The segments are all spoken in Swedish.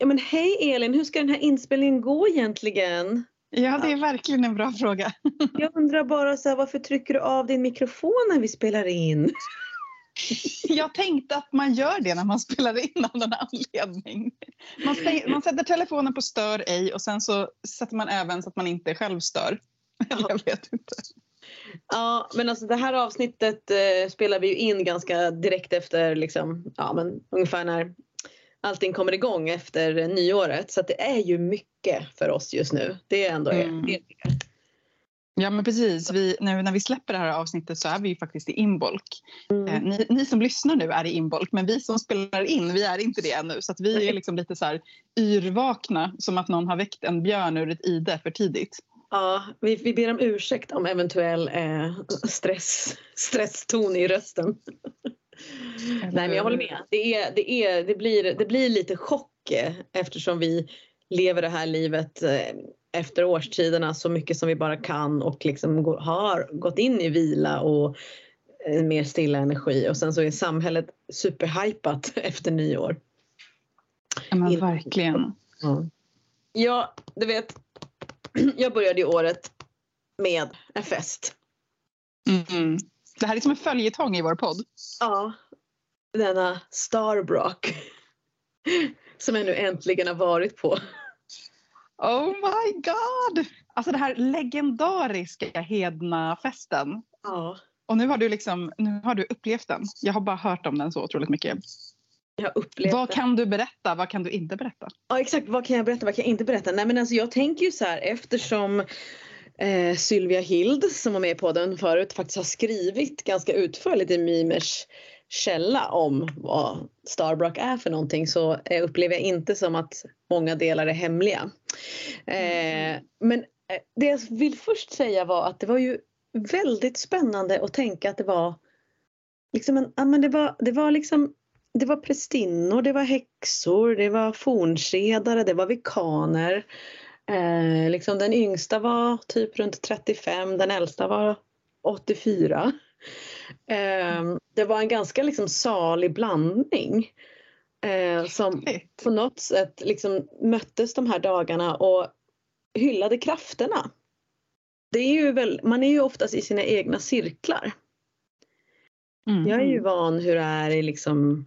Ja, men hej Elin, hur ska den här inspelningen gå egentligen? Ja, det är verkligen en bra fråga. Jag undrar bara så här, varför trycker du av din mikrofon när vi spelar in? Jag tänkte att man gör det när man spelar in av någon anledning. Man sätter telefonen på stör ej och sen så sätter man även så att man inte själv stör. Eller jag vet inte. Ja, men alltså det här avsnittet spelar vi ju in ganska direkt efter liksom, ja men ungefär när allting kommer igång efter nyåret. Så att det är ju mycket för oss just nu. Det är ändå det. Ja, men precis. Nu när vi släpper det här avsnittet så är vi ju faktiskt i inbolk. Ni som lyssnar nu är i inbolk, men vi som spelar in, vi är inte det ännu. Så att vi är liksom lite så här yrvakna, som att någon har väckt en björn ur ett ide för tidigt. Ja, vi ber om ursäkt om eventuell stresston i rösten. Nej, men jag håller med. Det blir lite chock eftersom vi lever det här livet efter årstiderna så mycket som vi bara kan och liksom har gått in i vila och mer stilla energi. Och sen så är samhället superhypat efter nyår. Ja, men verkligen. Ja, du vet, jag började ju året med en fest. Det här är som en följetong i vår podd. Ja, denna Starbrook som jag nu äntligen har varit på. Oh my god! Alltså det här legendariska Hedna-festen. Ja. Och nu har du upplevt den. Jag har bara hört om den så otroligt mycket. Vad kan du berätta? Vad kan du inte berätta? Ja, exakt. Vad kan jag berätta? Vad kan jag inte berätta? Nej, men alltså jag tänker ju så här, eftersom Sylvia Hild som var med på den förut faktiskt har skrivit ganska utförligt i Mimers källa om vad Starbrook är för någonting, så upplever jag inte som att många delar är hemliga. Men det jag vill först säga var att det var ju väldigt spännande att tänka att det var liksom det var prästinnor, det var häxor, det var fornskedare, det var vikaner. Liksom den yngsta var typ runt 35, den äldsta var 84. Det var en ganska liksom salig blandning som på något sätt liksom möttes de här dagarna och hyllade krafterna. Det är ju man är ju oftast i sina egna cirklar. Jag är ju van hur det är i liksom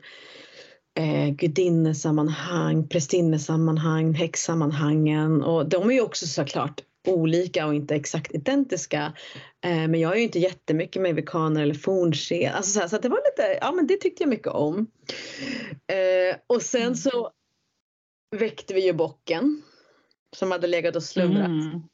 gudinnesammanhang, prästinnesammanhang, häxsammanhangen, och de är ju också såklart olika och inte exakt identiska, men jag är ju inte jättemycket med vikaner eller fornskedare, alltså så att det var lite, ja men det tyckte jag mycket om. Och sen så väckte vi ju bocken som hade legat och slumrat.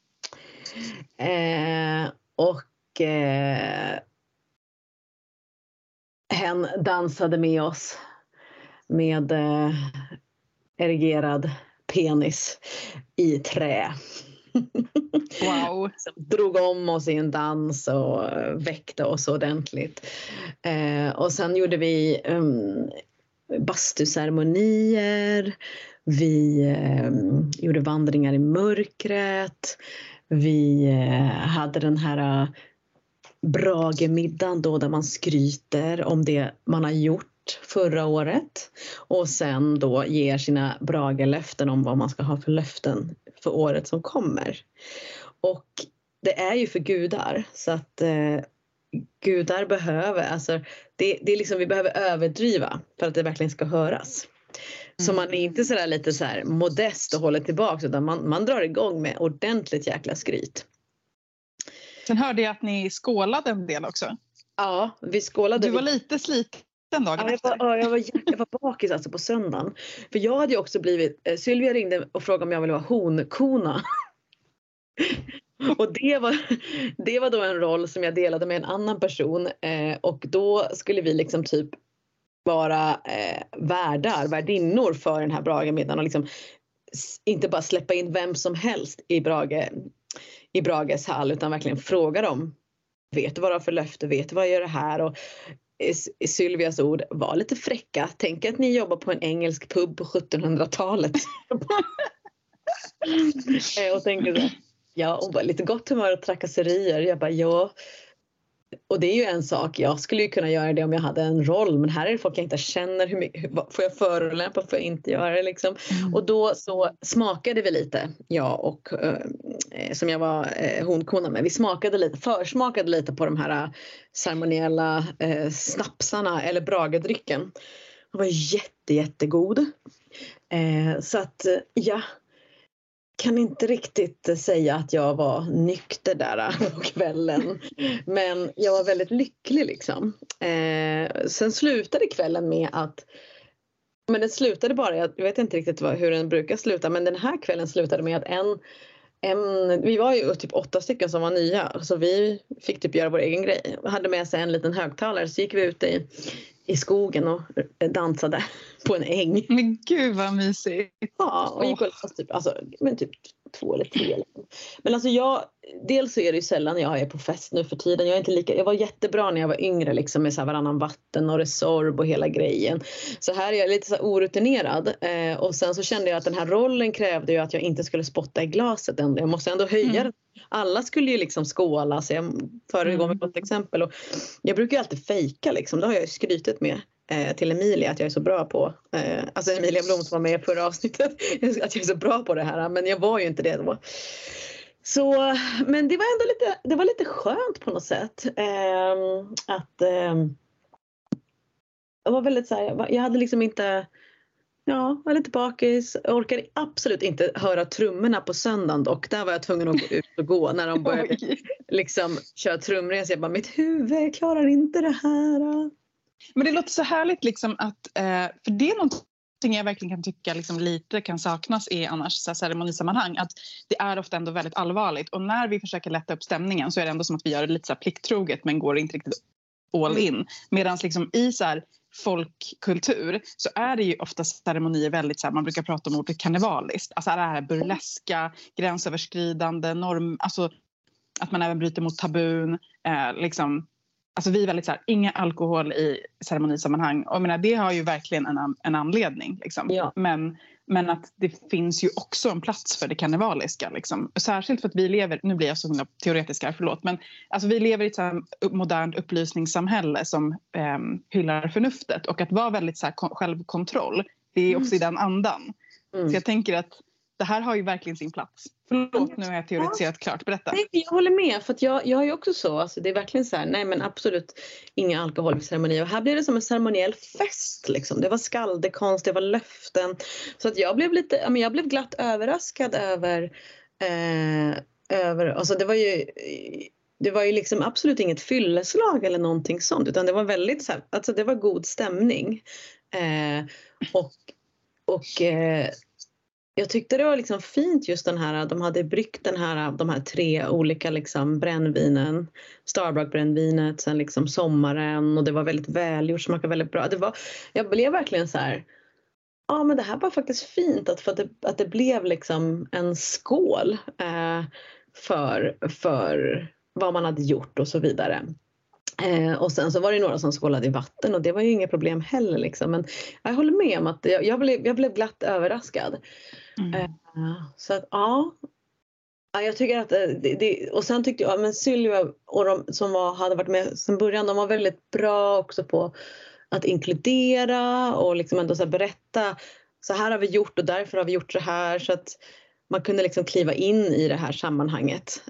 Hen dansade med oss med erigerad penis i trä. Wow. Som drog om oss i en dans och väckte oss ordentligt. Och sen gjorde vi bastuceremonier. Vi gjorde vandringar i mörkret. Vi hade den här Bragemiddagen då, där man skryter om det man har gjort förra året och sen då ger sina bragelöften om vad man ska ha för löften för året som kommer. Och det är ju för gudar, så att gudar behöver, alltså det är liksom, vi behöver överdriva för att det verkligen ska höras. Så man är inte sådär lite så här modest och håller tillbaka, utan man drar igång med ordentligt jäkla skryt. Sen hörde jag att ni skålade en del också. Ja, vi skålade. Du var lite sliten dagen efter. Jag var bakis alltså på söndagen. För jag hade ju också blivit, Sylvia ringde och frågade om jag ville vara honkona. Och det var då en roll som jag delade med en annan person. Och då skulle vi liksom typ vara värdinnor för den här Bragemiddagen. Och liksom inte bara släppa in vem som helst i Brages hall, utan verkligen fråga dem. Vet du vad du har för löfte? Vet du vad jag gör det här? Och Sylvias ord var lite fräcka. Tänk att ni jobbar på en engelsk pub på 1700-talet. Och tänkte så, ja, och bara lite gott humör och trakasserier. Jag bara, ja, och det är ju en sak, jag skulle ju kunna göra det om jag hade en roll, men här är det folk jag inte känner, hur mycket, får jag förolämpa, får jag inte göra det liksom. Och då så smakade vi lite, jag och som jag var honkona med, vi försmakade lite på de här ceremoniella snapsarna eller bragadrycken. Den var jättegod. Så att ja, kan inte riktigt säga att jag var nykter där på kvällen. Men jag var väldigt lycklig liksom. Sen slutade kvällen med att... Men den slutade bara, jag vet inte riktigt hur den brukar sluta. Men den här kvällen slutade med att vi var ju typ 8 stycken som var nya. Så vi fick typ göra vår egen grej. Vi hade med sig en liten högtalare, så gick vi ut i skogen och dansade på en äng. Men gud vad mysigt. Ja, och gick och läste typ 2 eller 3. Men alltså dels så är det ju sällan jag är på fest nu för tiden. Jag var jättebra när jag var yngre liksom, med så här varannan vatten och Resorb och hela grejen. Så här är jag lite så här orutinerad. Och sen så kände jag att den här rollen krävde ju att jag inte skulle spotta i glaset ändå. Jag måste ändå höja den. Alla skulle ju liksom skåla, så jag föregår med ett exempel. Och jag brukar ju alltid fejka liksom. Det har jag ju skrytit med till Emilia att jag är så bra på. Alltså Emilia Blom som var med i förra avsnittet. Att jag är så bra på det här. Men jag var ju inte det då. Så, men det var ändå lite skönt på något sätt. Jag var väldigt så här, jag hade liksom inte... Ja, var lite bakis. Jag orkade absolut inte höra trummorna på söndagen dock. Där var jag tvungen att gå ut och gå när de började liksom köra trumresa. Jag bara, mitt huvud klarar inte det här. Men det låter så härligt liksom att, för det är någonting jag verkligen kan tycka liksom lite kan saknas i annars så här ceremonisammanhang. Att det är ofta ändå väldigt allvarligt. Och när vi försöker lätta upp stämningen så är det ändå som att vi gör det lite så här plikttroget men går inte riktigt all in. Medan liksom i så här folkkultur så är det ju ofta ceremonier väldigt så här, man brukar prata om ordet karnevaliskt. Alltså det här burleska, gränsöverskridande, alltså att man även bryter mot tabun, liksom. Alltså vi är väldigt så här, inga alkohol i ceremonisammanhang. Och jag menar, det har ju verkligen en anledning. Liksom. Ja. Men att det finns ju också en plats för det karnevaliska. Liksom. Särskilt för att vi lever, nu blir jag så himla teoretisk här, förlåt. Men alltså, vi lever i ett så här modernt upplysningssamhälle som hyllar förnuftet. Och att vara väldigt så här, självkontroll, det är också i den andan. Så jag tänker att det här har ju verkligen sin plats. Förlåt, nu har jag teoretiserat klart. Berätta. Nej, jag håller med. För att jag är ju också så. Alltså, det är verkligen så här. Nej, men absolut inga alkoholceremonier. Och här blev det som en ceremoniell fest. Liksom. Det var skaldekonst, det var löften. Så att jag blev glatt överraskad över... Alltså det var ju liksom absolut inget fylleslag eller någonting sånt. Utan det var väldigt så här... Alltså det var god stämning. Jag tyckte det var liksom fint just den här, de hade bryggt de här 3 olika liksom brännvinen, Starbuck-brännvinet, sen liksom sommaren, och det var väldigt välgjort, smakade väldigt bra. Jag blev verkligen så här, ja men det här var faktiskt fint att det blev liksom en skål för vad man hade gjort och så vidare. Och sen så var det några som skålade i vatten och det var ju inga problem heller liksom. Men jag håller med om att jag blev glatt överraskad. Så att ja, jag tycker att och sen tyckte jag men Sylvia och de som hade varit med sen början, de var väldigt bra också på att inkludera och liksom ändå så här berätta, så här har vi gjort och därför har vi gjort så här, så att man kunde liksom kliva in i det här sammanhanget.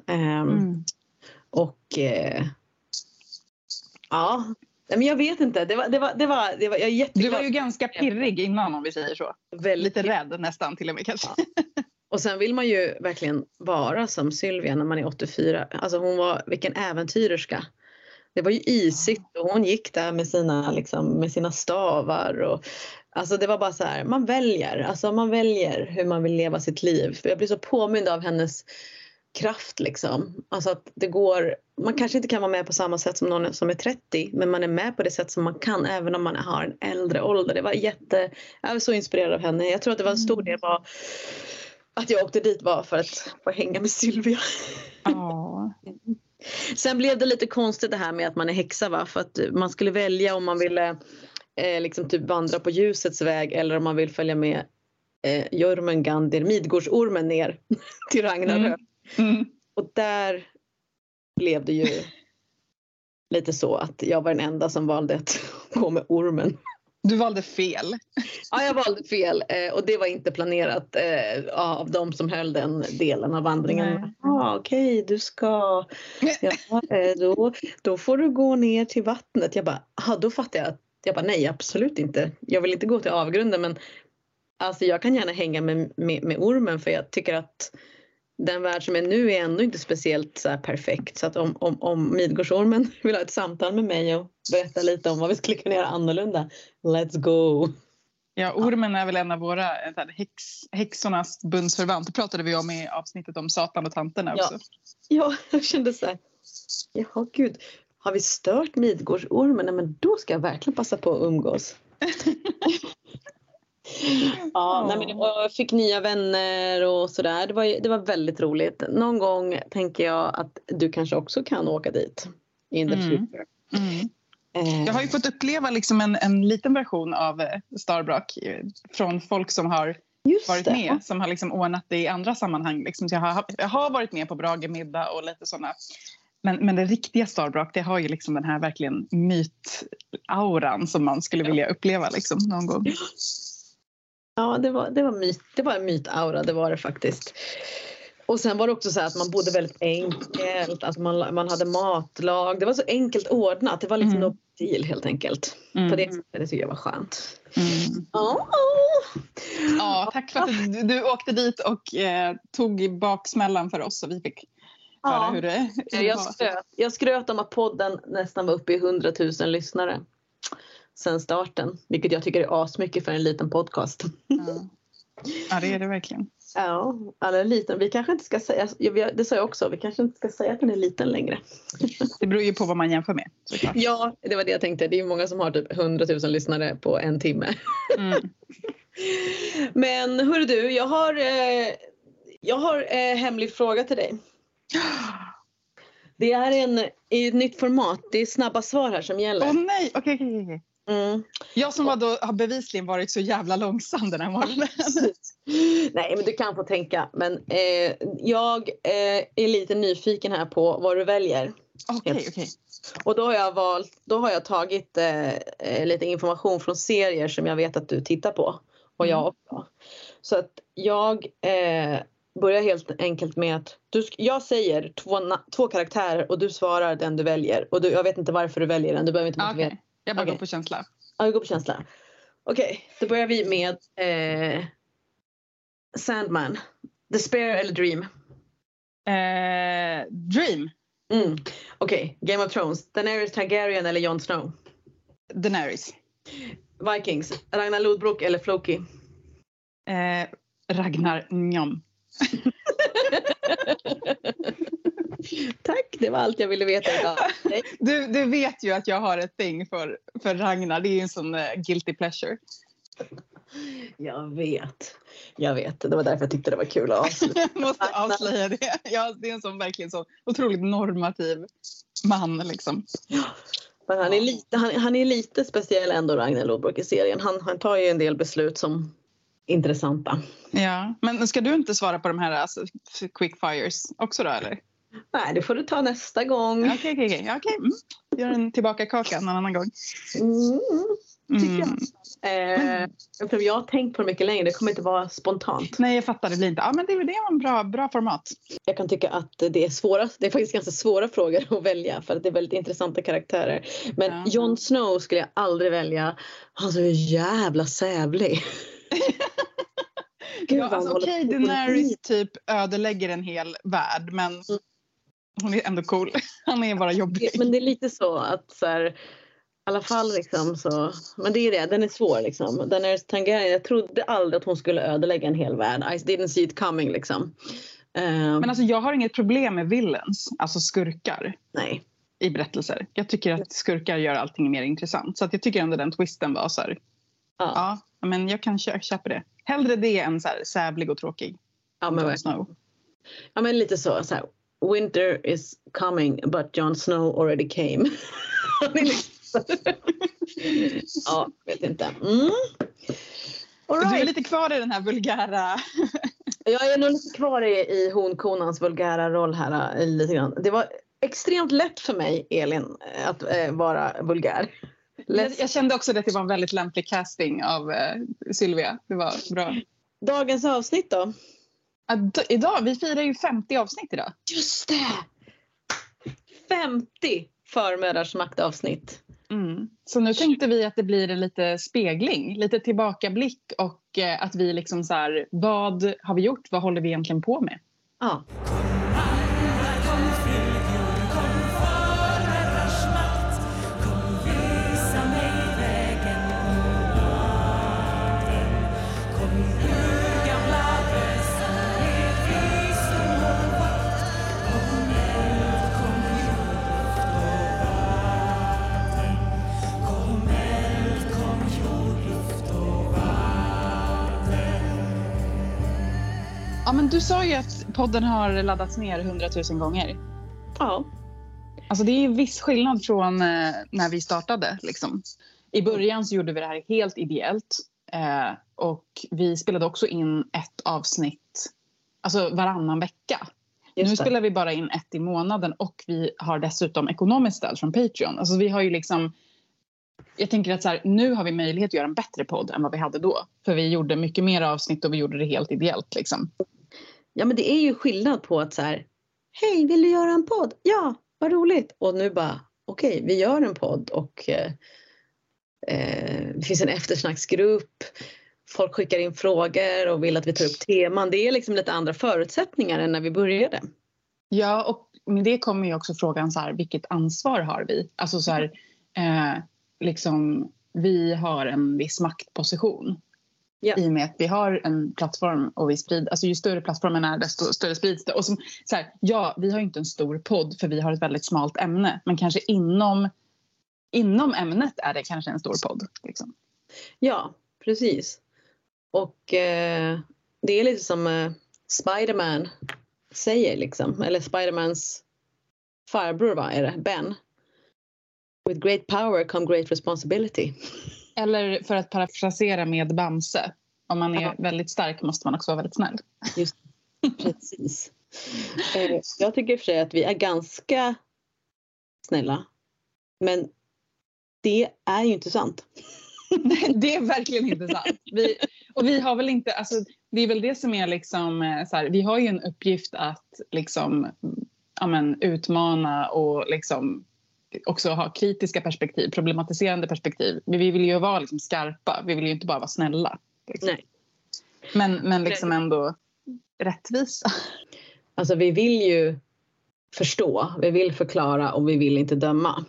Ja, men jag vet inte. Jag är jätteglad. Du var ju ganska pirrig innan, om vi säger så. Väldigt lite rädd nästan till och med kanske. Ja. Och sen vill man ju verkligen vara som Sylvia när man är 84. Alltså vilken äventyrerska. Det var ju isigt och hon gick där med sina stavar och alltså det var bara så här, man väljer hur man vill leva sitt liv. Jag blir så påmind av hennes kraft liksom. Alltså att det går, man kanske inte kan vara med på samma sätt som någon som är 30, men man är med på det sätt som man kan även om man har en äldre ålder. Jag var så inspirerad av henne. Jag tror att det var en stor del var att jag åkte dit var för att få hänga med Sylvia. Sen blev det lite konstigt det här med att man är häxa, va? För att man skulle välja om man ville liksom typ vandra på ljusets väg eller om man vill följa med Jormungandr, Midgårdsormen ner till Ragnarök. Och där blev det ju lite så att jag var den enda som valde att gå med ormen. Du valde fel. Ja, jag valde fel och det var inte planerat av de som höll den delen av vandringen. Okej, du ska... Ja, då får du gå ner till vattnet. Jag bara, då fattar jag. Jag bara, nej, absolut inte. Jag vill inte gå till avgrunden, men alltså, jag kan gärna hänga med ormen, för jag tycker att den värld som är nu är ändå inte speciellt så här perfekt. Så att om Midgårdsormen vill ha ett samtal med mig och berätta lite om vad vi skulle kunna göra annorlunda, let's go. Ja, ormen är väl en av våra häxornas bundsförvant. Det pratade vi om i avsnittet om Satan och tanterna också. Ja, jag kände så här. Jaha, gud. Har vi stört Midgårdsormen? Nej, men då ska jag verkligen passa på att umgås. Nej, men jag fick nya vänner och sådär. Det var väldigt roligt. Någon gång tänker jag att du kanske också kan åka dit. In the future. Jag har ju fått uppleva liksom en liten version av Starbrook från folk som har varit med. Som har liksom ordnat det i andra sammanhang. Liksom. Så jag har varit med på Bragemiddag och lite sådana. Men det riktiga Starbrook, det har ju liksom den här verkligen mytauran som man skulle vilja uppleva liksom, någon gång. Ja, det var en mytaura, det var det faktiskt. Och sen var det också så här att man bodde väldigt enkelt, att man hade matlag. Det var så enkelt ordnat, det var liksom no deal helt enkelt. På det sättet tycker jag var skönt. Ja, tack för att du åkte dit och tog baksmällan för oss, så vi fick höra hur det var. Jag skröt om att podden nästan var uppe i 100 000 lyssnare sen starten, vilket jag tycker är asmycket för en liten podcast. Ja, det är det verkligen. Ja, eller liten. Vi kanske inte ska säga, det sa jag också, vi kanske inte ska säga att den är liten längre. Det beror ju på vad man jämför med. Såklart. Ja, det var det jag tänkte. Det är ju många som har typ 100 000 lyssnare på en timme. Men hörru du, jag har hemlig fråga till dig. Det är ett nytt format. Det är snabba svar här som gäller. Åh nej, okej. Jag som har bevisligen varit så jävla långsam den här morgonen. Nej, men du kan få tänka. Men jag är lite nyfiken här på vad du väljer. Okej. Och då har jag tagit lite information från serier som jag vet att du tittar på. Och jag också. Så att jag börjar helt enkelt med att jag säger två karaktärer och du svarar den du väljer. Och jag vet inte varför du väljer den. Du behöver inte motivera. Okay. Jag bara går på känsla. Ja, jag går på känsla. Okej, då börjar vi med Sandman. Despair eller Dream? Dream. Okej, Game of Thrones. Daenerys Targaryen eller Jon Snow? Daenerys. Vikings. Ragnar Lodbrok eller Floki? Ragnar Njom. Tack, det var allt jag ville veta idag. Du vet ju att jag har ett thing för Ragnar. Det är ju en sån guilty pleasure. Jag vet. Det var därför jag tyckte det var kul att avslöja. Jag måste avslöja det. Ja, det är en sån verkligen så otroligt normativ man liksom. Men han är lite speciell ändå, Ragnar Lodbrok, i serien. Han tar ju en del beslut som intressanta. Ja, men ska du inte svara på de här quickfires också då, eller? Nej, det får du ta nästa gång. Okej. Gör en tillbaka kaka en annan gång. Tycker jag. Jag har tänkt på det mycket längre. Det kommer inte vara spontant. Nej, jag fattar. Det blir inte. Ja, men det var en bra format. Jag kan tycka att det är svåra. Det är faktiskt ganska svåra frågor att välja. För att det är väldigt intressanta karaktärer. Men Jon Snow skulle jag aldrig välja. Han är så jävla sävlig. Ja, alltså, okej, Daenerys typ ödelägger en hel värld. Men hon är ändå cool. Han är bara jobbig. Men det är lite så att så här, i alla fall liksom så. Men det är det, den är svår liksom. Daenerys Targaryen, jag trodde aldrig att hon skulle ödelägga en hel värld. I didn't see it coming liksom. Men alltså jag har inget problem med villains, alltså skurkar. Nej. I berättelser. Jag tycker att skurkar gör allting mer intressant. Så att jag tycker ändå den twisten var så här. Ja, men jag kan köpa det. Hellre det än så här sävlig och tråkig. Ja, men Snow. Ja, men lite så här. Winter is coming but Jon Snow already came. Ja, vet inte. Right. Du är lite kvar i den här vulgära... Jag är nog lite kvar i honkonans vulgära roll här lite grann. extremt lätt för mig, Elin, att vara vulgär. Jag kände också att det var en väldigt lämplig casting av Sylvia. Det var bra. Dagens avsnitt då? Idag, vi firar ju 50 avsnitt idag. Just det! 50 förmödrars maktavsnitt. Så nu tänkte vi att det blir en lite spegling, lite tillbakablick och att vi liksom så här, vad har vi gjort, vad håller vi egentligen på med? Ja. Ja, men du sa ju att podden har laddats ner 100 000 gånger. Ja. Alltså det är viss skillnad från när vi startade. Liksom. I början så gjorde vi det här helt ideellt. Och vi spelade också in ett avsnitt alltså varannan vecka. Nu spelar vi bara in ett i månaden och vi har dessutom ekonomiskt stöd från Patreon. Alltså vi har ju liksom... Jag tänker att så här, nu har vi möjlighet att göra en bättre podd än vad vi hade då. För vi gjorde mycket mer avsnitt och vi gjorde det helt ideellt liksom. Ja, men det är ju skillnad på att så här, hej, vill du göra en podd? Ja, vad roligt. Och nu bara, okej, vi gör en podd och det finns en eftersnacksgrupp. Folk skickar in frågor och vill att vi tar upp teman. Det är liksom lite andra förutsättningar än när vi började. Ja, och med det kommer ju också frågan så här, vilket ansvar har vi? Alltså så här, liksom, vi har en viss maktposition. Ja. I och med att vi har en plattform och vi sprider, alltså ju större plattformen är desto större sprids det. Och som, så här, ja, vi har ju inte en stor podd för vi har ett väldigt smalt ämne. Men kanske inom ämnet är det kanske en stor podd. Liksom. Ja, precis. Och det är lite som Spider-Man säger liksom. Eller Spider-Mans farbror, va, är det? Ben. With great power come great responsibility. Eller för att parafrasera med Bamse. Om man är väldigt stark måste man också vara väldigt snäll. Just precis. Jag tycker för sig att vi är ganska snälla. Men det är ju inte sant. Det är verkligen inte sant. Vi har väl inte, alltså, det är väl det som är liksom så här, vi har ju en uppgift att liksom, ja, men, utmana och liksom också ha kritiska perspektiv, problematiserande perspektiv. Vi vill ju vara liksom skarpa, vi vill ju inte bara vara snälla. Liksom. Nej. Men liksom ändå rättvisa. Alltså vi vill ju förstå, vi vill förklara och vi vill inte döma.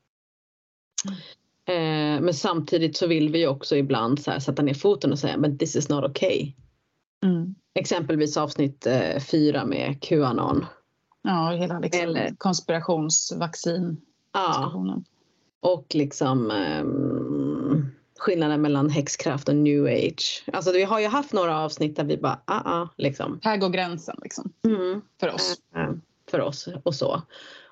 Men samtidigt så vill vi också ibland så här sätta ner foten och säga men this is not okay. Exempelvis avsnitt 4 med QAnon. Ja, hela liksom eller konspirationsvaccin. Ja, och liksom skillnaden mellan häxkraft och new age. Alltså vi har ju haft några avsnitt där vi bara, liksom. Här går gränsen liksom. För oss. För oss och så.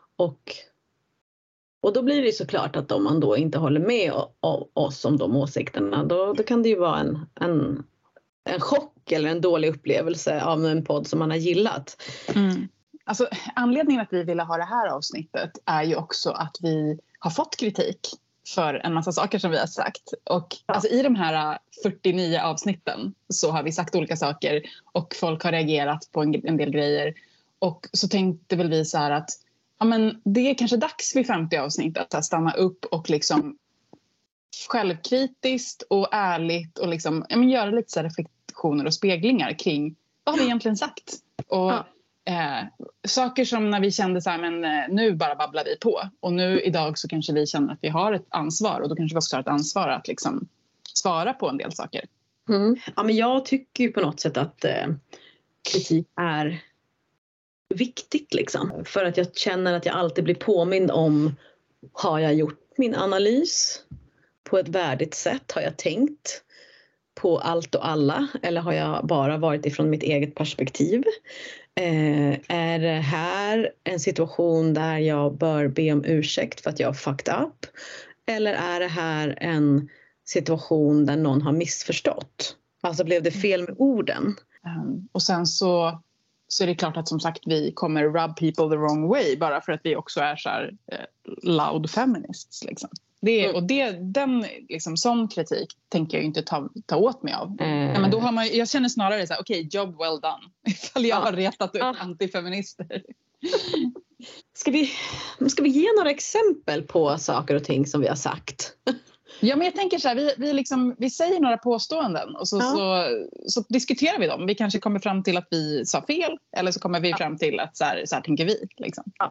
Och då blir det såklart att om man då inte håller med oss om de åsikterna, då kan det ju vara en chock eller en dålig upplevelse av en podd som man har gillat. Alltså, anledningen att vi ville ha det här avsnittet är ju också att vi har fått kritik för en massa saker som vi har sagt. Och alltså, i de här 49 avsnitten så har vi sagt olika saker och folk har reagerat på en del grejer. Och så tänkte väl vi så här att ja, men det är kanske dags vid 50 avsnitt att stanna upp och liksom självkritiskt och ärligt och liksom, ja, men göra lite så här reflektioner och speglingar kring vad har vi egentligen sagt. Och saker som när vi kände så här, men nu bara babblar vi på. Och nu idag så kanske vi känner att vi har ett ansvar. Och då kanske vi också har ett ansvar att liksom svara på en del saker. Ja, men jag tycker ju på något sätt att kritik är viktigt liksom. För att jag känner att jag alltid blir påmind om, har jag gjort min analys på ett värdigt sätt? Har jag tänkt på allt och alla? Eller har jag bara varit ifrån mitt eget perspektiv? Är det här en situation där jag bör be om ursäkt för att jag har fucked up? Eller är det här en situation där någon har missförstått? Alltså blev det fel med orden? Och sen så så är det klart att som sagt vi kommer rub people the wrong way bara för att vi också är så här loud feminists liksom. Den liksom, sån kritik tänker jag ju inte ta åt mig av. Ja, men då har jag känner snarare så här, okej, job well done. Ifall jag har retat upp antifeminister. Ska vi ge några exempel på saker och ting som vi har sagt? Ja, men jag tänker så här, vi säger några påståenden och så diskuterar vi dem. Vi kanske kommer fram till att vi sa fel eller så kommer vi fram till att så här tänker vi. Liksom. Ja.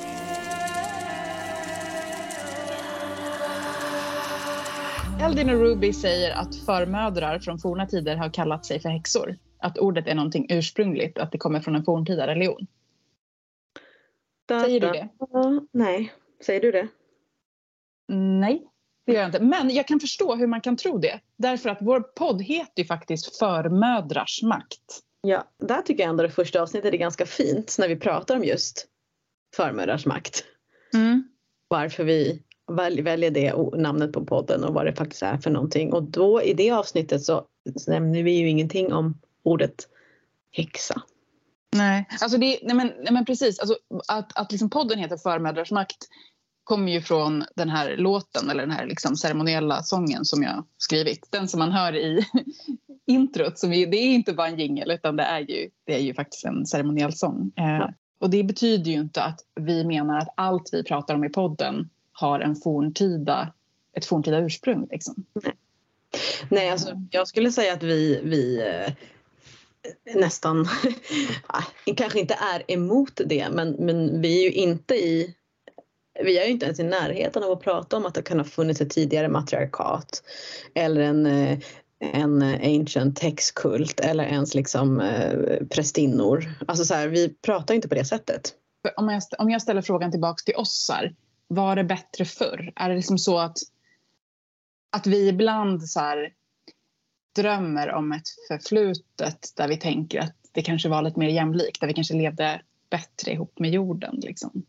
Eldin och Ruby säger att förmödrar från forna tider har kallat sig för häxor. Att ordet är någonting ursprungligt, att det kommer från en forntida religion. Säger du det? Nej, säger du det? Nej, det gör jag inte. Men jag kan förstå hur man kan tro det. Därför att vår podd heter ju faktiskt Förmödrars makt. Ja, där tycker jag ändå det första avsnittet är ganska fint när vi pratar om just förmödrars makt. Varför vi väljer det namnet på podden och vad det faktiskt är för någonting. Och då i det avsnittet så nämner vi ju ingenting om ordet häxa. Nej, alltså nej men precis. Alltså att liksom podden heter Förmödrars makt kommer ju från den här låten eller den här liksom ceremoniella sången som jag skrivit. Den som man hör i introt. Det är inte bara en jingle utan det är ju faktiskt en ceremoniell sång. Och det betyder ju inte att vi menar att allt vi pratar om i podden har ett forntida ursprung. Liksom. Nej, alltså jag skulle säga att vi nästan kanske inte är emot det, men vi är ju vi är ju inte ens i närheten av att prata om att det kan ha funnits ett tidigare matriarkat eller en ancient textkult eller ens liksom prästinnor. Alltså så här, vi pratar inte på det sättet. Om jag ställer frågan tillbaka till oss här, var det bättre förr? Är det liksom så att vi ibland så här drömmer om ett förflutet där vi tänker att det kanske var lite mer jämlikt, där vi kanske levde bättre ihop med jorden liksom?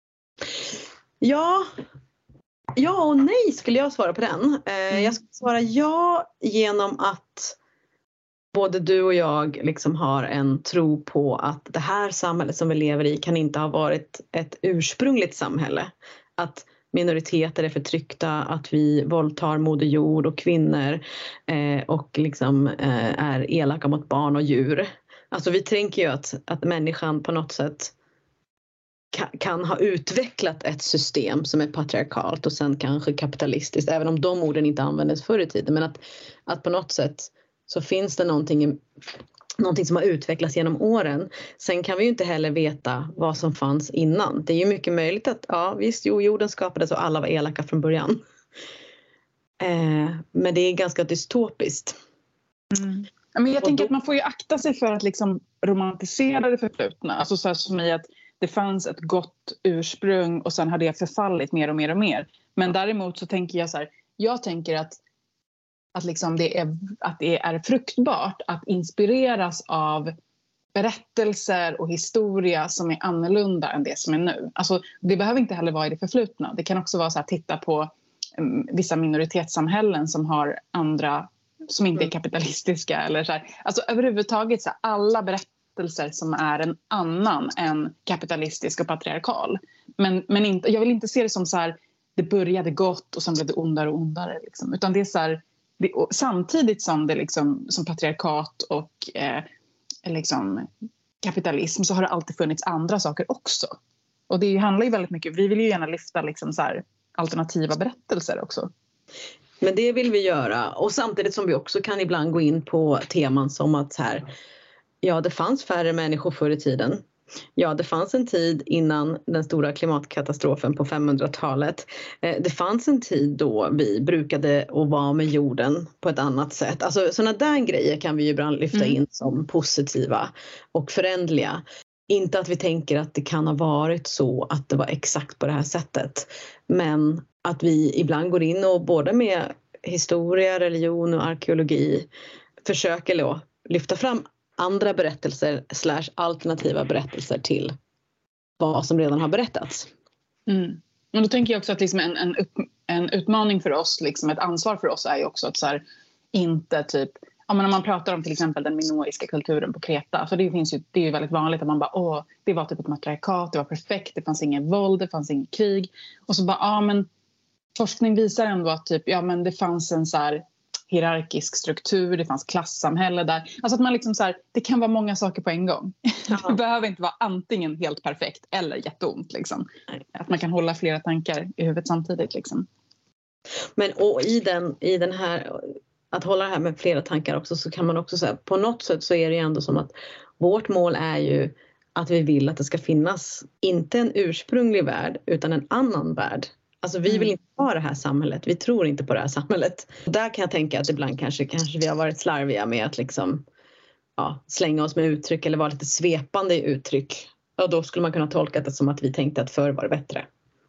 Ja och nej skulle jag svara på den. Jag skulle svara ja genom att både du och jag liksom har en tro på att det här samhället som vi lever i kan inte ha varit ett ursprungligt samhälle. Att minoriteter är förtryckta, att vi våldtar moder jord och kvinnor och liksom är elaka mot barn och djur. Alltså vi tänker ju att människan på något sätt kan ha utvecklat ett system som är patriarkalt och sen kanske kapitalistiskt, även om de orden inte användes förr i tiden. Men att på något sätt så finns det någonting som har utvecklats genom åren. Sen kan vi ju inte heller veta vad som fanns innan. Det är ju mycket möjligt att jorden skapades och alla var elaka från början. Men det är ganska dystopiskt. Men jag tänker att man får ju akta sig för att liksom romantisera det förflutna. Alltså så här som i att det fanns ett gott ursprung och sen har det förfallit mer och mer och mer. Men däremot så tänker jag så här, jag tänker att liksom det är fruktbart att inspireras av berättelser och historia som är annorlunda än det som är nu. Alltså, det behöver inte heller vara i det förflutna. Det kan också vara så att titta på vissa minoritetssamhällen som har andra, som inte är kapitalistiska. Eller så här. Alltså överhuvudtaget så här, alla berättelser som är en annan än kapitalistisk och patriarkal. Men inte, jag vill inte se det som så här, det började gott och sen blev det ondare och ondare. Liksom. Utan det är så här, samtidigt som det liksom, som patriarkat och liksom kapitalism, så har det alltid funnits andra saker också. Och det handlar ju väldigt mycket, vi vill ju gärna lyfta liksom så här alternativa berättelser också. Men det vill vi göra, och samtidigt som vi också kan ibland gå in på teman som att så här, ja, det fanns färre människor förr i tiden. Ja, det fanns en tid innan den stora klimatkatastrofen på 500-talet. Det fanns en tid då vi brukade att vara med jorden på ett annat sätt. Alltså sådana där grejer kan vi ju ibland lyfta in som positiva och förändliga. Inte att vi tänker att det kan ha varit så att det var exakt på det här sättet. Men att vi ibland går in och både med historia, religion och arkeologi försöker då lyfta fram andra berättelser / alternativa berättelser till vad som redan har berättats. Men då tänker jag också att liksom en utmaning för oss, liksom ett ansvar för oss är ju också att så här, inte typ Ja, men om man pratar om till exempel den minoiska kulturen på Kreta. Så det är ju väldigt vanligt att man bara, det var typ ett matriarkat, det var perfekt, det fanns ingen våld, det fanns ingen krig. Och så bara, men forskning visar ändå att typ, men det fanns en så här hierarkisk struktur, det fanns klassamhälle där. Alltså att man liksom så här, det kan vara många saker på en gång. Det behöver inte vara antingen helt perfekt eller jätteont liksom. Att man kan hålla flera tankar i huvudet samtidigt liksom. Men och i den här, att hålla det här med flera tankar också, så kan man också säga, på något sätt så är det ju ändå som att vårt mål är ju att vi vill att det ska finnas inte en ursprunglig värld utan en annan värld. Alltså vi vill inte ha det här samhället, vi tror inte på det här samhället. Där kan jag tänka att ibland kanske vi har varit slarviga med att liksom, slänga oss med uttryck eller vara lite svepande i uttryck. Och då skulle man kunna tolka det som att vi tänkte att förr var det bättre.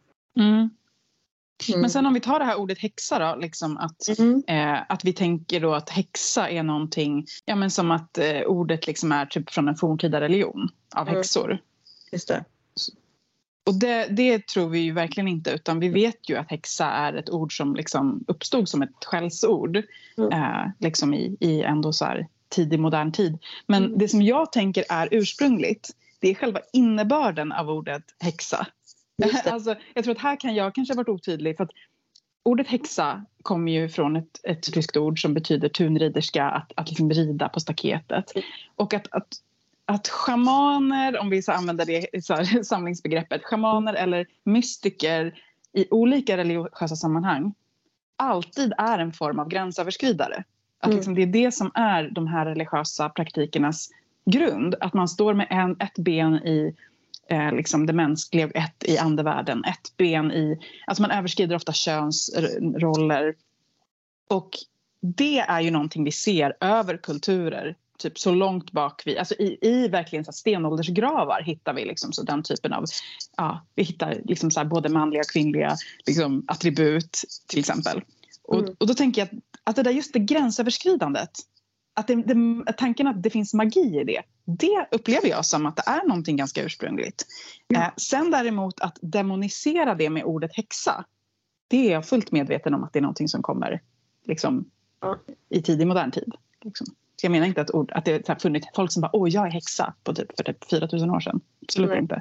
Men sen om vi tar det här ordet häxa då, liksom att vi tänker då att häxa är någonting, men som att ordet liksom är typ från en forntida religion av häxor. Just det. Och det tror vi ju verkligen inte, utan vi vet ju att häxa är ett ord som liksom uppstod som ett skällsord liksom i ändå så här tidig modern tid. Men det som jag tänker är ursprungligt, det är själva innebörden av ordet häxa. Alltså, jag tror att här kan jag kanske ha varit otydlig, för att ordet häxa kommer ju från ett tyskt ord som betyder tunriderska, att liksom rida på staketet. Och att schamaner, om vi så använder det så här, samlingsbegreppet, schamaner eller mystiker i olika religiösa sammanhang alltid är en form av gränsöverskridare. Att liksom det är det som är de här religiösa praktikernas grund. Att man står med ett ben i liksom det mänskliga, ett i andevärlden, ett ben i, alltså man överskrider ofta könsroller, och det är ju någonting vi ser över kulturer typ så långt bak alltså i verkligen så här stenåldersgravar hittar vi liksom så den typen av, vi hittar liksom så här både manliga och kvinnliga liksom attribut till exempel. Och då tänker jag att det där just det gränsöverskridandet, att tanken att det finns magi i det upplever jag som att det är någonting ganska ursprungligt. Sen däremot att demonisera det med ordet häxa, det är jag fullt medveten om att det är någonting som kommer liksom i tidig modern tid. Liksom. Så jag menar inte att det har funnits folk som bara, jag är häxa för typ 4000 år sedan. Absolut inte.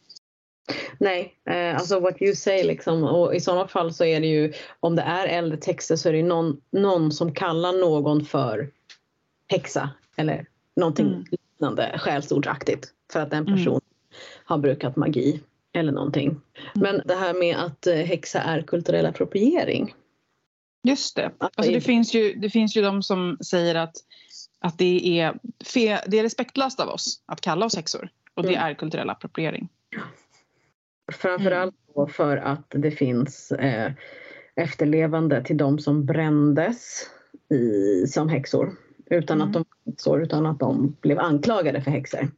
Nej, alltså what you say liksom, och i sådana fall så är det ju, om det är äldre texter så är det någon som kallar någon för häxa eller någonting liknande skällsordsaktigt för att en person har brukat magi eller någonting. Men det här med att häxa är kulturell appropriering. Just det. Alltså det finns ju de som säger att det är respektlöst av oss att kalla oss häxor, och det är kulturell appropriering. Framförallt då för att det finns efterlevande till de som brändes som häxor. Utan att de var häxor, utan att de blev anklagade för häxor.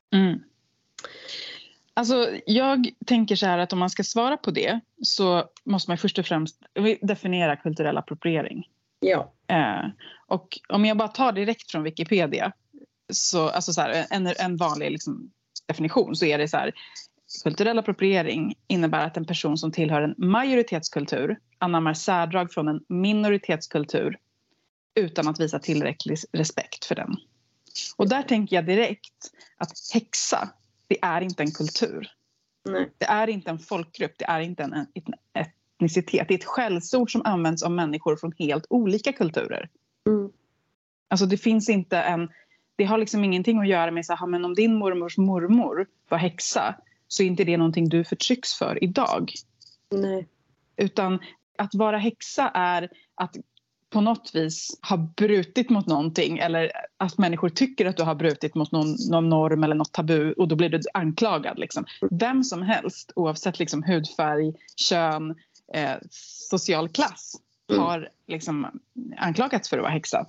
Alltså jag tänker så här att om man ska svara på det så måste man först och främst definiera kulturell appropriering. Ja. Och om jag bara tar direkt från Wikipedia, så, alltså så här, en vanlig liksom definition, så är det så här: kulturell appropriering innebär att en person som tillhör en majoritetskultur anammar särdrag från en minoritetskultur utan att visa tillräcklig respekt för den. Och där tänker jag direkt att häxa, det är inte en kultur. Nej. Det är inte en folkgrupp, det är inte en etnicitet. Det är ett skällsord som används av människor från helt olika kulturer. Alltså det finns inte det har liksom ingenting att göra med så här, men om din mormors mormor var häxa så är inte det någonting du förtrycks för idag. Nej. Utan att vara häxa är att på något vis ha brutit mot någonting, eller att människor tycker att du har brutit mot någon norm eller något tabu, och då blir du anklagad liksom. Vem som helst, oavsett liksom hudfärg, kön, social klass har liksom anklagats för att vara häxa.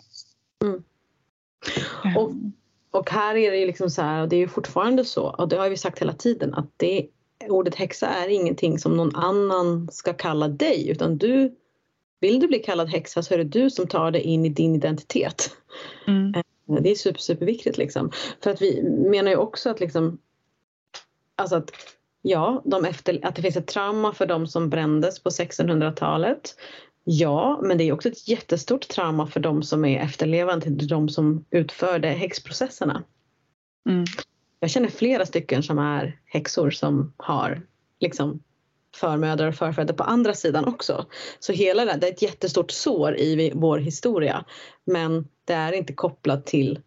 Och här är det ju liksom så här, och det är ju fortfarande så, och det har vi sagt hela tiden, att ordet häxa är ingenting som någon annan ska kalla dig, utan vill du bli kallad häxa så är det du som tar det in i din identitet. Det är superviktigt liksom. För att vi menar ju också att liksom, alltså att att det finns ett trauma för de som brändes på 1600-talet. Ja, men det är också ett jättestort trauma för de som är efterlevande till de som utförde häxprocesserna. Mm. Jag känner flera stycken som är häxor som har liksom förmödrar och förfäder på andra sidan också. Så hela det är ett jättestort sår i vår historia. Men det är inte kopplat till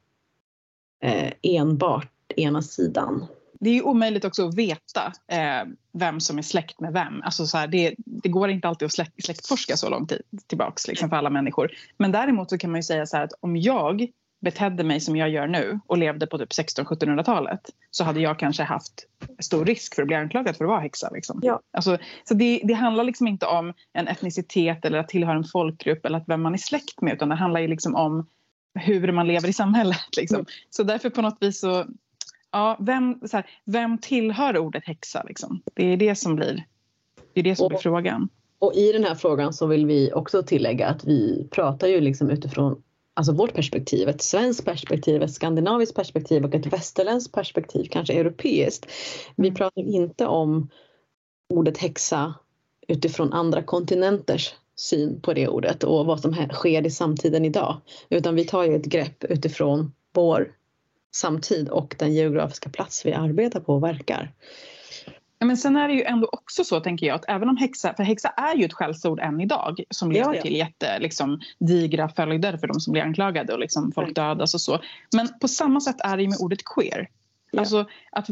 enbart ena sidan. Det är ju omöjligt också att veta vem som är släkt med vem. Alltså så här, det går inte alltid att släktforska så lång tid tillbaks liksom, för alla människor. Men däremot så kan man ju säga så här att om jag betedde mig som jag gör nu och levde på typ 1600-1700-talet så hade jag kanske haft stor risk för att bli anklagad för att vara häxa. Liksom. Ja. Alltså, så det handlar liksom inte om en etnicitet eller att tillhöra en folkgrupp eller att vem man är släkt med, utan det handlar ju liksom om hur man lever i samhället. Liksom. Mm. Så därför på något vis så, ja, vem tillhör ordet häxa? Liksom? Det är det som blir, blir frågan. Och i den här frågan så vill vi också tillägga att vi pratar ju liksom utifrån alltså vårt perspektiv, ett svenskt perspektiv, ett skandinaviskt perspektiv och ett västerländskt perspektiv, kanske europeiskt. Vi pratar inte om ordet häxa utifrån andra kontinenters syn på det ordet och vad som sker i samtiden idag. Utan vi tar ju ett grepp utifrån vår samtid och den geografiska plats vi arbetar på och verkar. Men sen är det ju ändå också så, tänker jag, att även om häxa är ju ett skällsord än idag som leder till liksom, digra följder för de som blir anklagade och liksom, folk dödas och så. Men på samma sätt är det ju med ordet queer. Ja. Alltså,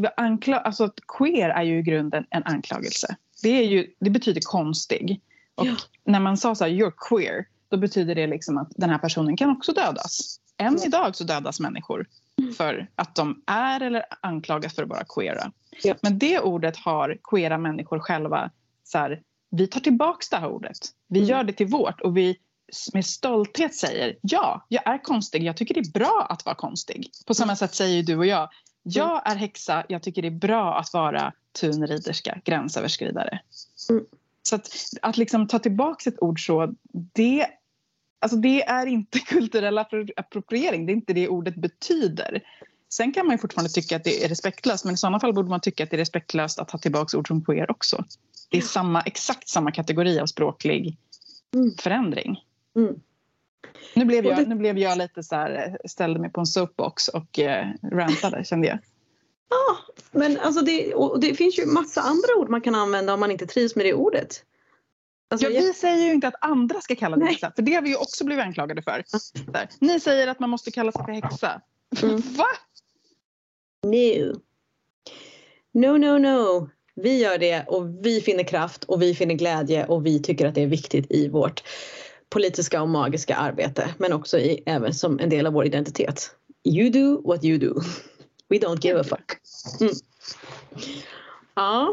att queer är ju i grunden en anklagelse. Det betyder konstig. Och när man sa så här, you're queer, då betyder det liksom att den här personen kan också dödas. Än idag så dödas människor för att de är eller anklagas för att vara queera. Ja. Men det ordet har queera människor själva så här, vi tar tillbaks det här ordet. Vi gör det till vårt och vi med stolthet säger ja, jag är konstig, jag tycker det är bra att vara konstig. På samma sätt säger du och jag är häxa, jag tycker det är bra att vara tunriderska, gränsöverskridare. Så att liksom ta tillbaks ett ord så, det är inte kulturell appropriering. Det är inte det ordet betyder. Sen kan man ju fortfarande tycka att det är respektlöst. Men i sådana fall borde man tycka att det är respektlöst att ta tillbaka ord som queer också. Det är exakt samma kategori av språklig förändring. Nu blev jag lite så här, ställde mig på en soapbox och rantade, kände jag. Ja, men alltså det finns ju massa andra ord man kan använda om man inte trivs med det ordet. Alltså, vi säger ju inte att andra ska kalla det häxa. För det har vi ju också blivit anklagade för. Där. Ni säger att man måste kalla sig för häxa. Va? No. Vi gör det och vi finner kraft och vi finner glädje och vi tycker att det är viktigt i vårt politiska och magiska arbete. Men också även som en del av vår identitet. You do what you do. We don't give a fuck. Ja.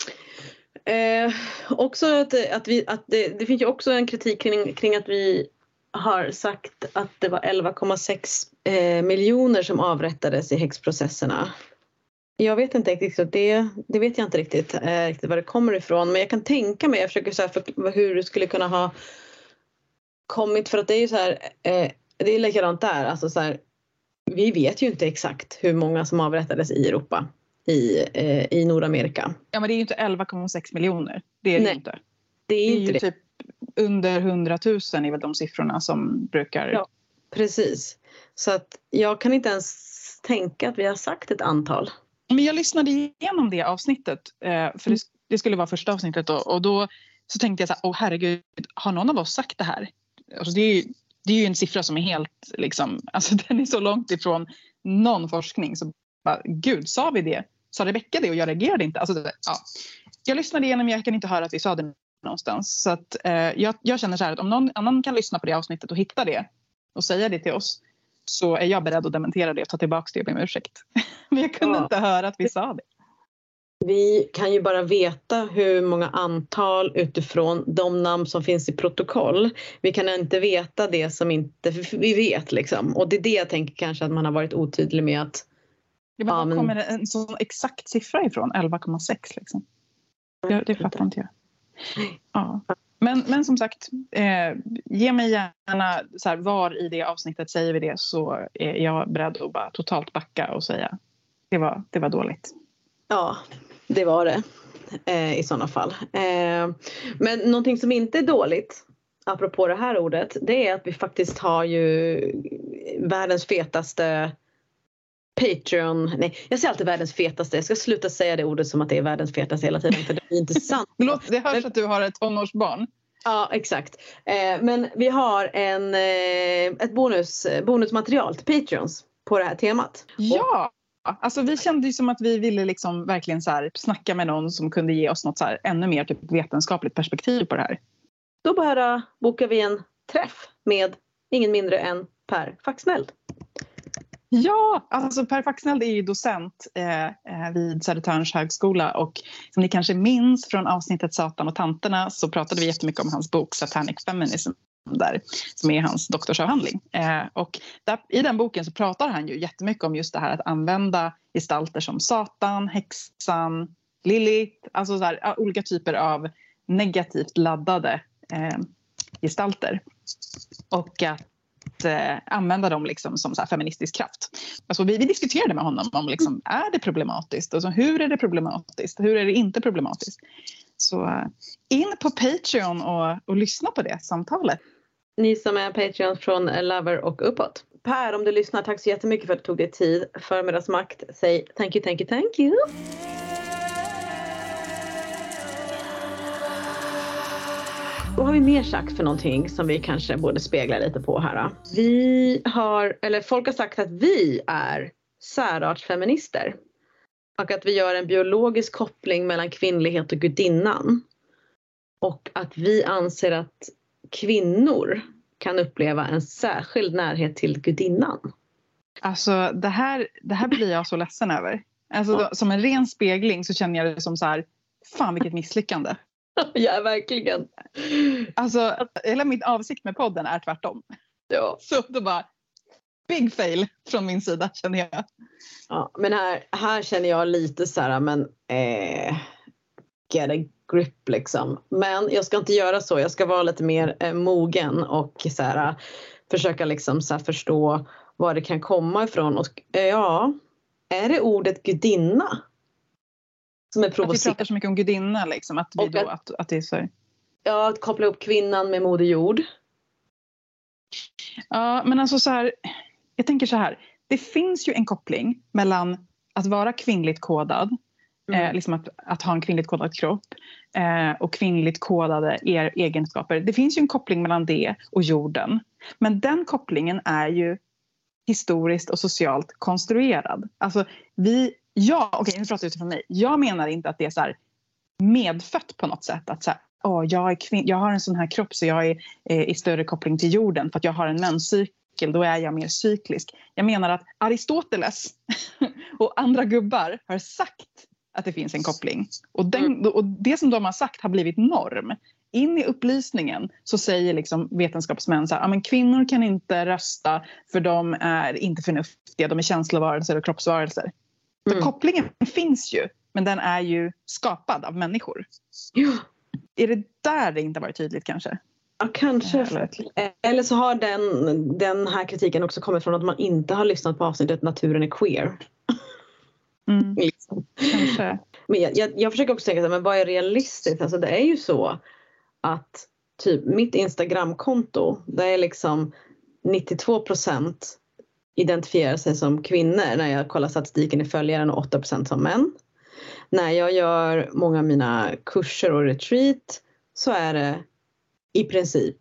Också att det finns ju också en kritik kring att vi har sagt att det var 11,6 miljoner som avrättades i häxprocesserna. Jag vet inte riktigt, det vet jag inte riktigt var det kommer ifrån, men jag kan tänka mig, jag försöker så här hur det skulle kunna ha kommit, för att det är ju så här, det är likadant där, alltså så här, vi vet ju inte exakt hur många som avrättades i Europa. I Nordamerika. Ja, men det är ju inte 11,6 miljoner. Det är det inte. Det är inte ju typ under 100 000 är väl de siffrorna som brukar... Ja, precis. Så att jag kan inte ens tänka att vi har sagt ett antal. Men jag lyssnade igenom det avsnittet. För det skulle vara första avsnittet då. Och då så tänkte jag så här, herregud, har någon av oss sagt det här? Alltså det är ju en siffra som är helt liksom... Alltså den är så långt ifrån någon forskning. Så bara, gud, sa vi det? Sa Rebecca det och jag reagerade inte? Alltså, ja. Jag lyssnade igenom, jag kan inte höra att vi sa det någonstans. Så att, jag känner så här att om någon annan kan lyssna på det avsnittet och hitta det och säga det till oss, så är jag beredd att dementera det och ta tillbaka det och be om ursäkt. Men jag kunde inte höra att vi sa det. Vi kan ju bara veta hur många antal utifrån de namn som finns i protokoll. Vi kan inte veta det som inte vi vet liksom. Och det är det jag tänker kanske att man har varit otydlig med att... Ja, men kommer en sån exakt siffra ifrån? 11,6 liksom. Det fattar inte jag. Ja. Men som sagt, ge mig gärna så här, var i det avsnittet säger vi det, så är jag beredd att bara totalt backa och säga det var dåligt. Ja, det var det i sådana fall. Men någonting som inte är dåligt apropå det här ordet, det är att vi faktiskt har ju världens fetaste Patreon. Nej, jag säger alltid världens fetaste. Jag ska sluta säga det ordet som att det är världens fetaste hela tiden, för det är inte sant. Det hörs att du har ett tonårsbarn. Ja, exakt. Men vi har ett bonusmaterial till Patreons på det här temat. Ja, alltså vi kände ju som att vi ville liksom verkligen så här snacka med någon som kunde ge oss något så här ännu mer typ vetenskapligt perspektiv på det här. Då bara bokar vi en träff med ingen mindre än Per Faxneld. Ja, alltså Per Faxneld är ju docent vid Södertörns högskola, och som ni kanske minns från avsnittet Satan och tanterna så pratade vi jättemycket om hans bok Satanic Feminism där, som är hans doktorsavhandling. Och i den boken så pratar han ju jättemycket om just det här att använda gestalter som Satan, häxan, Lilith, alltså så här, olika typer av negativt laddade gestalter. Och att använda dem liksom som så här feministisk kraft. Alltså vi diskuterade med honom om liksom, är det problematiskt? Alltså, hur är det problematiskt? Hur är det inte problematiskt? Så in på Patreon och lyssna på det samtalet. Ni som är Patreon från Lover och uppåt. Per, om du lyssnar, tack så jättemycket för att du tog dig tid. Förmiddagsmakt, säg thank you, thank you, thank you. Vad har vi mer sagt för någonting som vi kanske borde spegla lite på här? Folk har sagt att vi är särartsfeminister. Och att vi gör en biologisk koppling mellan kvinnlighet och gudinnan. Och att vi anser att kvinnor kan uppleva en särskild närhet till gudinnan. Alltså det här blir jag så ledsen över. Alltså som en ren spegling så känner jag det som så här, fan vilket misslyckande. Ja, verkligen. Alltså, hela min avsikt med podden är tvärtom. Ja. Så då bara, big fail från min sida känner jag. Ja, men här känner jag lite så här, men get a grip liksom. Men jag ska inte göra så. Jag ska vara lite mer mogen och så här, försöka liksom så här förstå var det kan komma ifrån. Och är det ordet gudinna som är provocerande? Att vi pratar så mycket om gudinna liksom, att vi då, att det är så. Ja, att koppla upp kvinnan med Moder Jord. Ja, men alltså så här, jag tänker så här, det finns ju en koppling mellan att vara kvinnligt kodad, liksom att ha en kvinnligt kodad kropp och kvinnligt kodade egenskaper. Det finns ju en koppling mellan det och jorden. Men den kopplingen är ju historiskt och socialt konstruerad. Alltså nu pratar jag utifrån mig. Jag menar inte att det är så här medfött på något sätt. Att så här, jag har en sån här kropp så jag är i större koppling till jorden för att jag har en menscykel, då är jag mer cyklisk. Jag menar att Aristoteles och andra gubbar har sagt att det finns en koppling. Och det som de har sagt har blivit norm. In i upplysningen så säger liksom vetenskapsmän så här, men kvinnor kan inte rösta för de är inte förnuftiga, de är känslovarelser och kroppsvarelser. Så kopplingen finns ju, men den är ju skapad av människor. Ja. Är det där det inte varit tydligt kanske? Ja, kanske. Eller så har den här kritiken också kommit från att man inte har lyssnat på avsnittet Naturen är queer. Liksom. Kanske. Men jag försöker också tänka, men vad är realistiskt? Alltså det är ju så att typ mitt Instagramkonto, det är liksom 92% identifierar sig som kvinnor när jag kollar statistiken i följaren och 8% som män. När jag gör många av mina kurser och retreat så är det i princip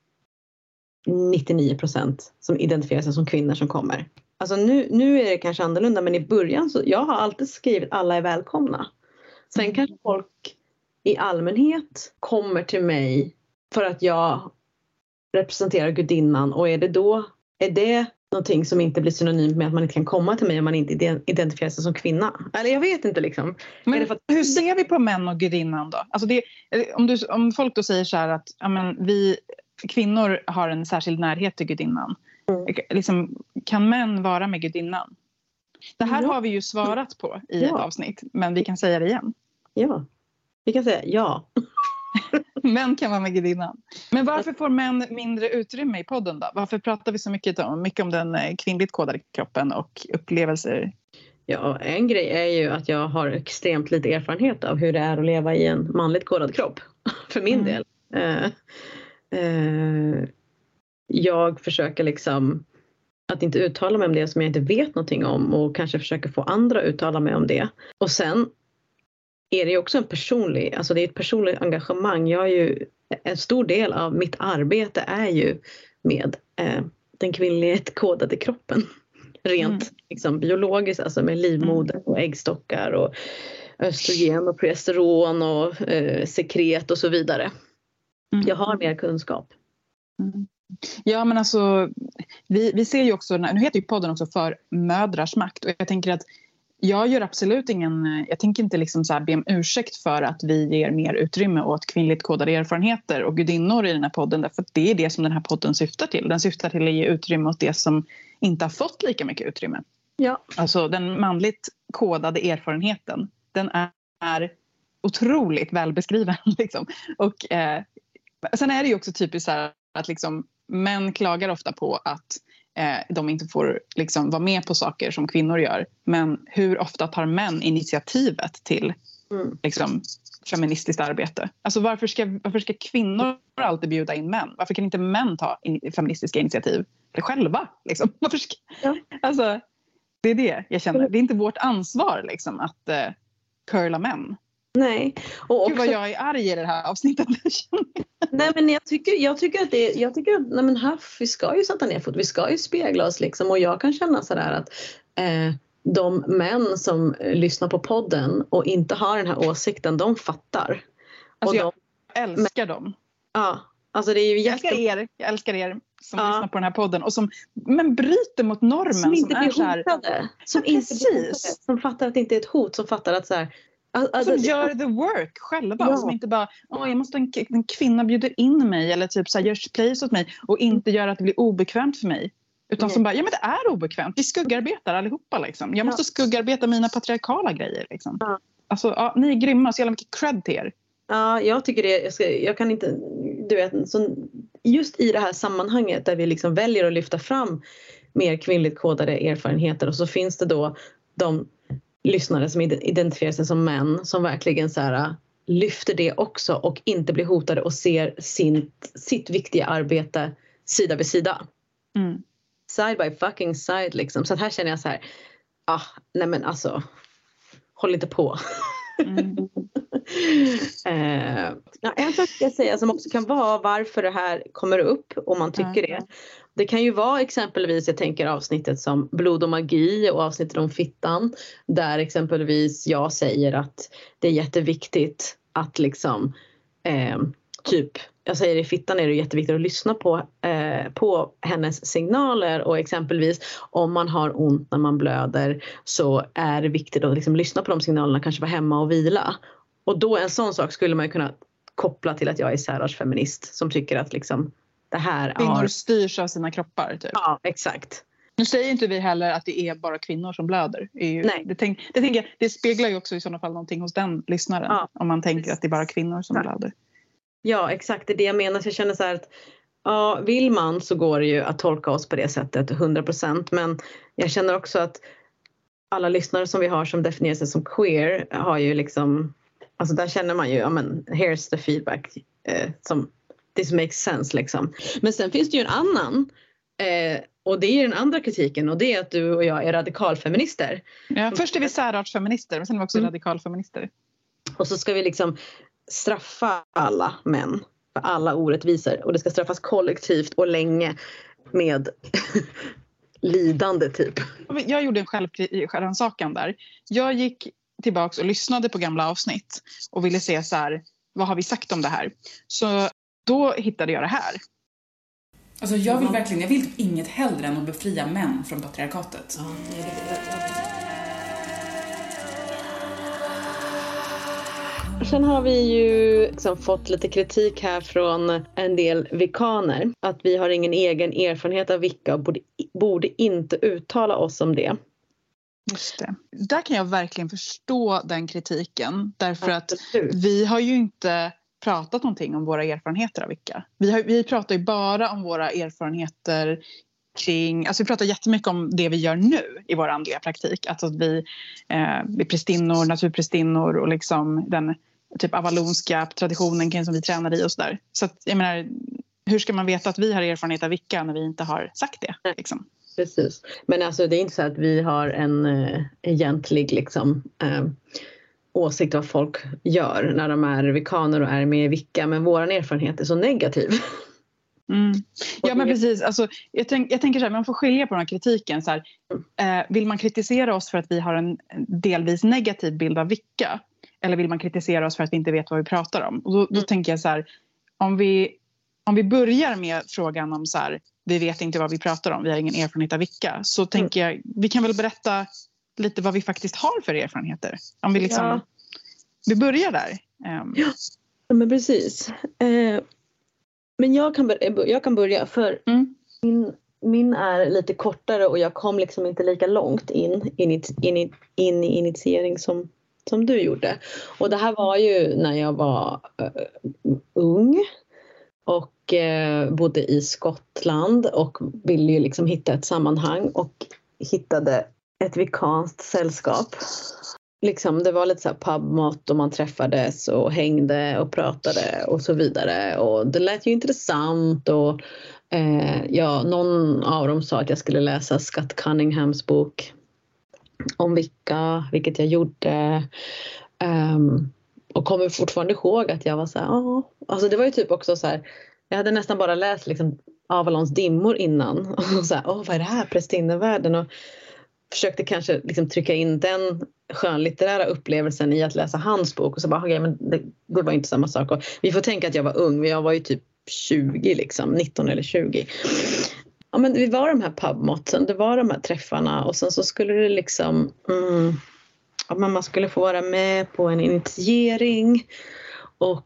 99% som identifierar sig som kvinnor som kommer. Alltså nu är det kanske annorlunda, men i början så jag har alltid skrivit alla är välkomna. Sen kanske folk i allmänhet kommer till mig för att jag representerar gudinnan, och är det någonting som inte blir synonymt med att man inte kan komma till mig om man inte identifierar sig som kvinna. Eller jag vet inte liksom. Men hur ser vi på män och gudinnan då? Alltså om folk då säger så här att vi kvinnor har en särskild närhet till gudinnan. Liksom, kan män vara med gudinnan? Det här har vi ju svarat på i ett avsnitt, men vi kan säga det igen. Ja, vi kan säga ja. Män kan vara med gudinnan. Men varför får män mindre utrymme i podden då? Varför pratar vi så mycket om den kvinnligt kodade kroppen och upplevelser? Ja, en grej är ju att jag har extremt lite erfarenhet av hur det är att leva i en manligt kodad kropp. För min del. jag försöker liksom att inte uttala mig om det som jag inte vet någonting om och kanske försöker få andra att uttala mig om det. Och sen är det ju också alltså det är ett personligt engagemang. En stor del av mitt arbete är ju med den kvinnligt kodade kroppen. Rent liksom biologiskt, alltså med livmoder och äggstockar och östrogen och progesteron och sekret och så vidare. Jag har mer kunskap. Ja, men alltså vi ser ju också, nu heter ju podden också För mödrars makt, och jag tänker att jag gör absolut jag tänker inte liksom så här be om ursäkt för att vi ger mer utrymme åt kvinnligt kodade erfarenheter och gudinnor i den här podden, därför att det är det som den här podden syftar till. Den syftar till att ge utrymme åt det som inte har fått lika mycket utrymme. Ja. Alltså den manligt kodade erfarenheten, den är otroligt välbeskriven liksom. Och sen är det ju också typiskt så här att liksom män klagar ofta på att de inte får liksom vara med på saker som kvinnor gör. Men hur ofta tar män initiativet till liksom feministiskt arbete? Alltså varför ska kvinnor alltid bjuda in män? Varför kan inte män ta feministiska initiativ själva? Liksom? Alltså, det är det jag känner. Det är inte vårt ansvar liksom, att curla män. Nej. Och Gud vad jag är arg i det här avsnittet. Nej, men jag tycker att nej, men här, vi ska ju sätta ner fot, vi ska ju spegla oss liksom, och jag kan känna sådär att de män som lyssnar på podden och inte har den här åsikten, de fattar. Alltså och jag älskar dem. Ja, alltså det är ju jag älskar er som lyssnar på den här podden och som bryter mot normen, som inte blir hotade. Som inte blir hotade, som fattar att det inte är ett hot, som fattar att så här, som gör the work själva, och som inte bara jag måste en kvinna bjuder in mig eller typ så här, gör place åt mig och inte gör att det blir obekvämt för mig, utan som bara, men det är obekvämt, vi skuggarbetar allihopa liksom. Jag måste skuggarbeta mina patriarkala grejer liksom. Alltså, ni är grymma, så jävla mycket cred till er. Ja, jag tycker det. Jag kan inte, du vet, så just i det här sammanhanget där vi liksom väljer att lyfta fram mer kvinnligt kodade erfarenheter, och så finns det då de lyssnare som identifierar sig som män som verkligen så här lyfter det också och inte blir hotade och ser sitt viktiga arbete sida vid sida. Side by fucking side liksom. Så att här känner jag så här, nej men alltså, håll inte på. En sak ska jag säga som också kan vara varför det här kommer upp om man tycker det. Det kan ju vara exempelvis, jag tänker avsnittet som Blod och magi och avsnittet om fittan, där exempelvis jag säger att det är jätteviktigt att liksom jag säger i fittan är det jätteviktigt att lyssna på hennes signaler, och exempelvis om man har ont när man blöder så är det viktigt att liksom lyssna på de signalerna, kanske vara hemma och vila. Och då en sån sak skulle man ju kunna koppla till att jag är särartsfeminist som tycker att liksom det här kvinnor styrs av sina kroppar typ. Ja, exakt. Nu säger inte vi heller att det är bara kvinnor som blöder. Nej. Det speglar ju också i sådana fall någonting hos den lyssnaren. Om man tänker att det är bara kvinnor som blöder. Ja, exakt. Det är det jag menar. Så jag känner så här att vill man så går det ju att tolka oss på det sättet 100%. Men jag känner också att alla lyssnare som vi har som definierar sig som queer har ju liksom, alltså där känner man ju, here's the feedback som this makes sense liksom. Men sen finns det ju en annan och det är den andra kritiken, och det är att du och jag är radikalfeminister. Ja, först är vi särartsfeminister och sen är vi också radikalfeminister. Och så ska vi liksom straffa alla män för alla orättvisor, och det ska straffas kollektivt och länge med lidande typ. Jag gjorde en självrannsakan där. Jag gick tillbaks och lyssnade på gamla avsnitt och ville se så här, vad har vi sagt om det här? Så då hittade jag det här. Alltså jag vill typ inget hellre än att befria män från patriarkatet. Sen har vi ju liksom fått lite kritik här från en del vikaner. Att vi har ingen egen erfarenhet av vika och borde inte uttala oss om det. Just det. Där kan jag verkligen förstå den kritiken. Därför att vi har ju inte pratat någonting om våra erfarenheter av vika. Vi pratar ju bara om våra erfarenheter kring, alltså vi pratar jättemycket om det vi gör nu i vår andliga praktik. Alltså att vi är prästinnor, naturprästinnor och liksom den typ avalonska traditionen som vi tränar i och sådär. Så att jag menar, hur ska man veta att vi har erfarenhet av vicka när vi inte har sagt det? Liksom? Precis. Men alltså det är inte så att vi har en egentlig liksom, åsikt vad folk gör när de är vikaner och är med i vicka. Men vår erfarenhet är så negativ. Ja men precis, alltså, jag tänker så här, man får skilja på den här kritiken så här, vill man kritisera oss för att vi har en delvis negativ bild av vicka, eller vill man kritisera oss för att vi inte vet vad vi pratar om? Och då tänker jag så här, om vi börjar med frågan om så här, vi vet inte vad vi pratar om, vi har ingen erfarenhet av vicka, så tänker jag, vi kan väl berätta lite vad vi faktiskt har för erfarenheter, om vi liksom vi börjar där. Ja men precis. Men jag kan börja för min är lite kortare och jag kom liksom inte lika långt in i initiering som du gjorde. Och det här var ju när jag var ung och bodde i Skottland och ville ju liksom hitta ett sammanhang och hittade ett vikanskt sällskap. Liksom, det var lite så här pubmat och man träffades och hängde och pratade och så vidare. Och det lät ju intressant och någon av dem sa att jag skulle läsa Scott Cunninghams bok om vicka, vilket jag gjorde. Och kommer fortfarande ihåg att jag var så här, alltså det var ju typ också så här, jag hade nästan bara läst liksom Avalons dimmor innan och så här, vad är det här, prästinnevärlden, och försökte kanske liksom trycka in den skönlitterära upplevelsen i att läsa hans bok och så bara, men det var inte samma sak. Och vi får tänka att jag var ung, jag var ju typ 20 liksom, 19 eller 20. Ja men vi var de här pubmotten, det var de här träffarna och sen så skulle det liksom man skulle få vara med på en initiering och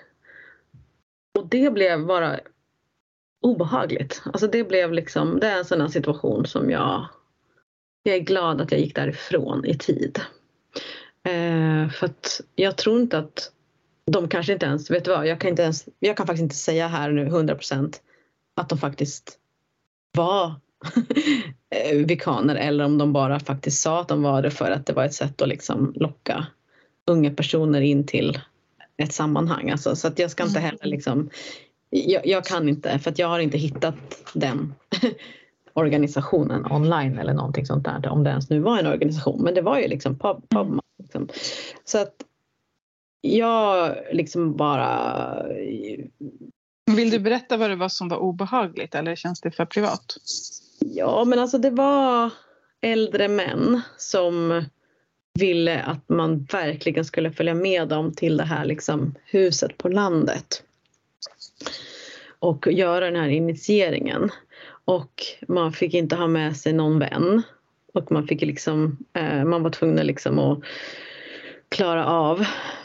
det blev bara obehagligt. Alltså det blev liksom, det är en sån här situation som jag är glad att jag gick därifrån i tid. För att jag tror inte att de kanske inte ens, vet du vad, jag kan faktiskt inte säga här nu 100% att de faktiskt var vikaner eller om de bara faktiskt sa att de var det för att det var ett sätt att liksom locka unga personer in till ett sammanhang. Alltså, så att jag ska inte heller liksom, jag kan inte, för att jag har inte hittat den organisationen online eller någonting sånt där, om det ens nu var en organisation, men det var ju liksom pub liksom. Så att jag liksom bara... Vill du berätta vad det var som var obehagligt eller känns det för privat? Ja men alltså det var äldre män som ville att man verkligen skulle följa med dem till det här liksom huset på landet och göra den här initieringen. Och man fick inte ha med sig någon vän. Och man fick liksom, man var tvungen liksom att klara av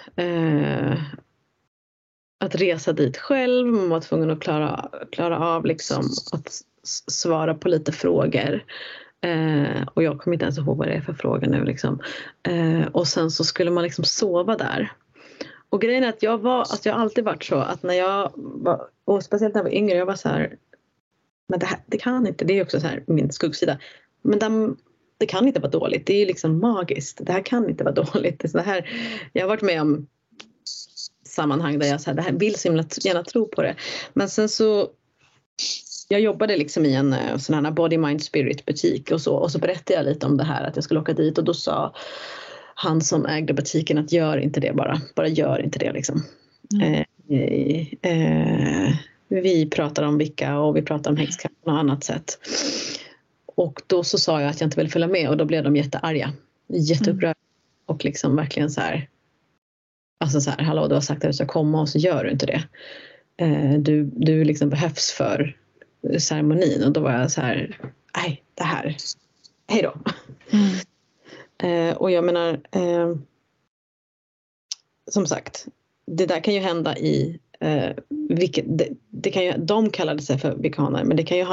att resa dit själv. Man var tvungen att klara av liksom att svara på lite frågor. Och jag kommer inte ens ihåg vad det är för frågor nu liksom. Och sen så skulle man liksom sova där. Och grejen är att jag har alltid varit så att när jag var, och speciellt när jag var yngre, jag var så här, men det kan inte, det är också så här min skuggsida. Men det kan inte vara dåligt, det är ju liksom magiskt. Det här kan inte vara dåligt. Det är så här, jag har varit med om sammanhang där jag så här, det här vill så gärna tro på det. Men sen så, jag jobbade liksom i en sån här body, mind, spirit butik och så berättade jag lite om det här, att jag skulle åka dit och då sa han som ägde butiken att gör inte det bara gör inte det liksom. Vi pratar om vicka och vi pratar om häxkraft på något annat sätt. Och då så sa jag att jag inte vill följa med och då blev de jättearga. Jätteupprörda. Och liksom verkligen så här. Alltså så här, hallå du har sagt att du ska komma och så gör du inte det. Du liksom behövs för ceremonin. Och då var jag så här, nej det här, hej då. Och jag menar, som sagt, det där kan ju hända i det kan ju, de kallade sig för vikaner, men det kan ju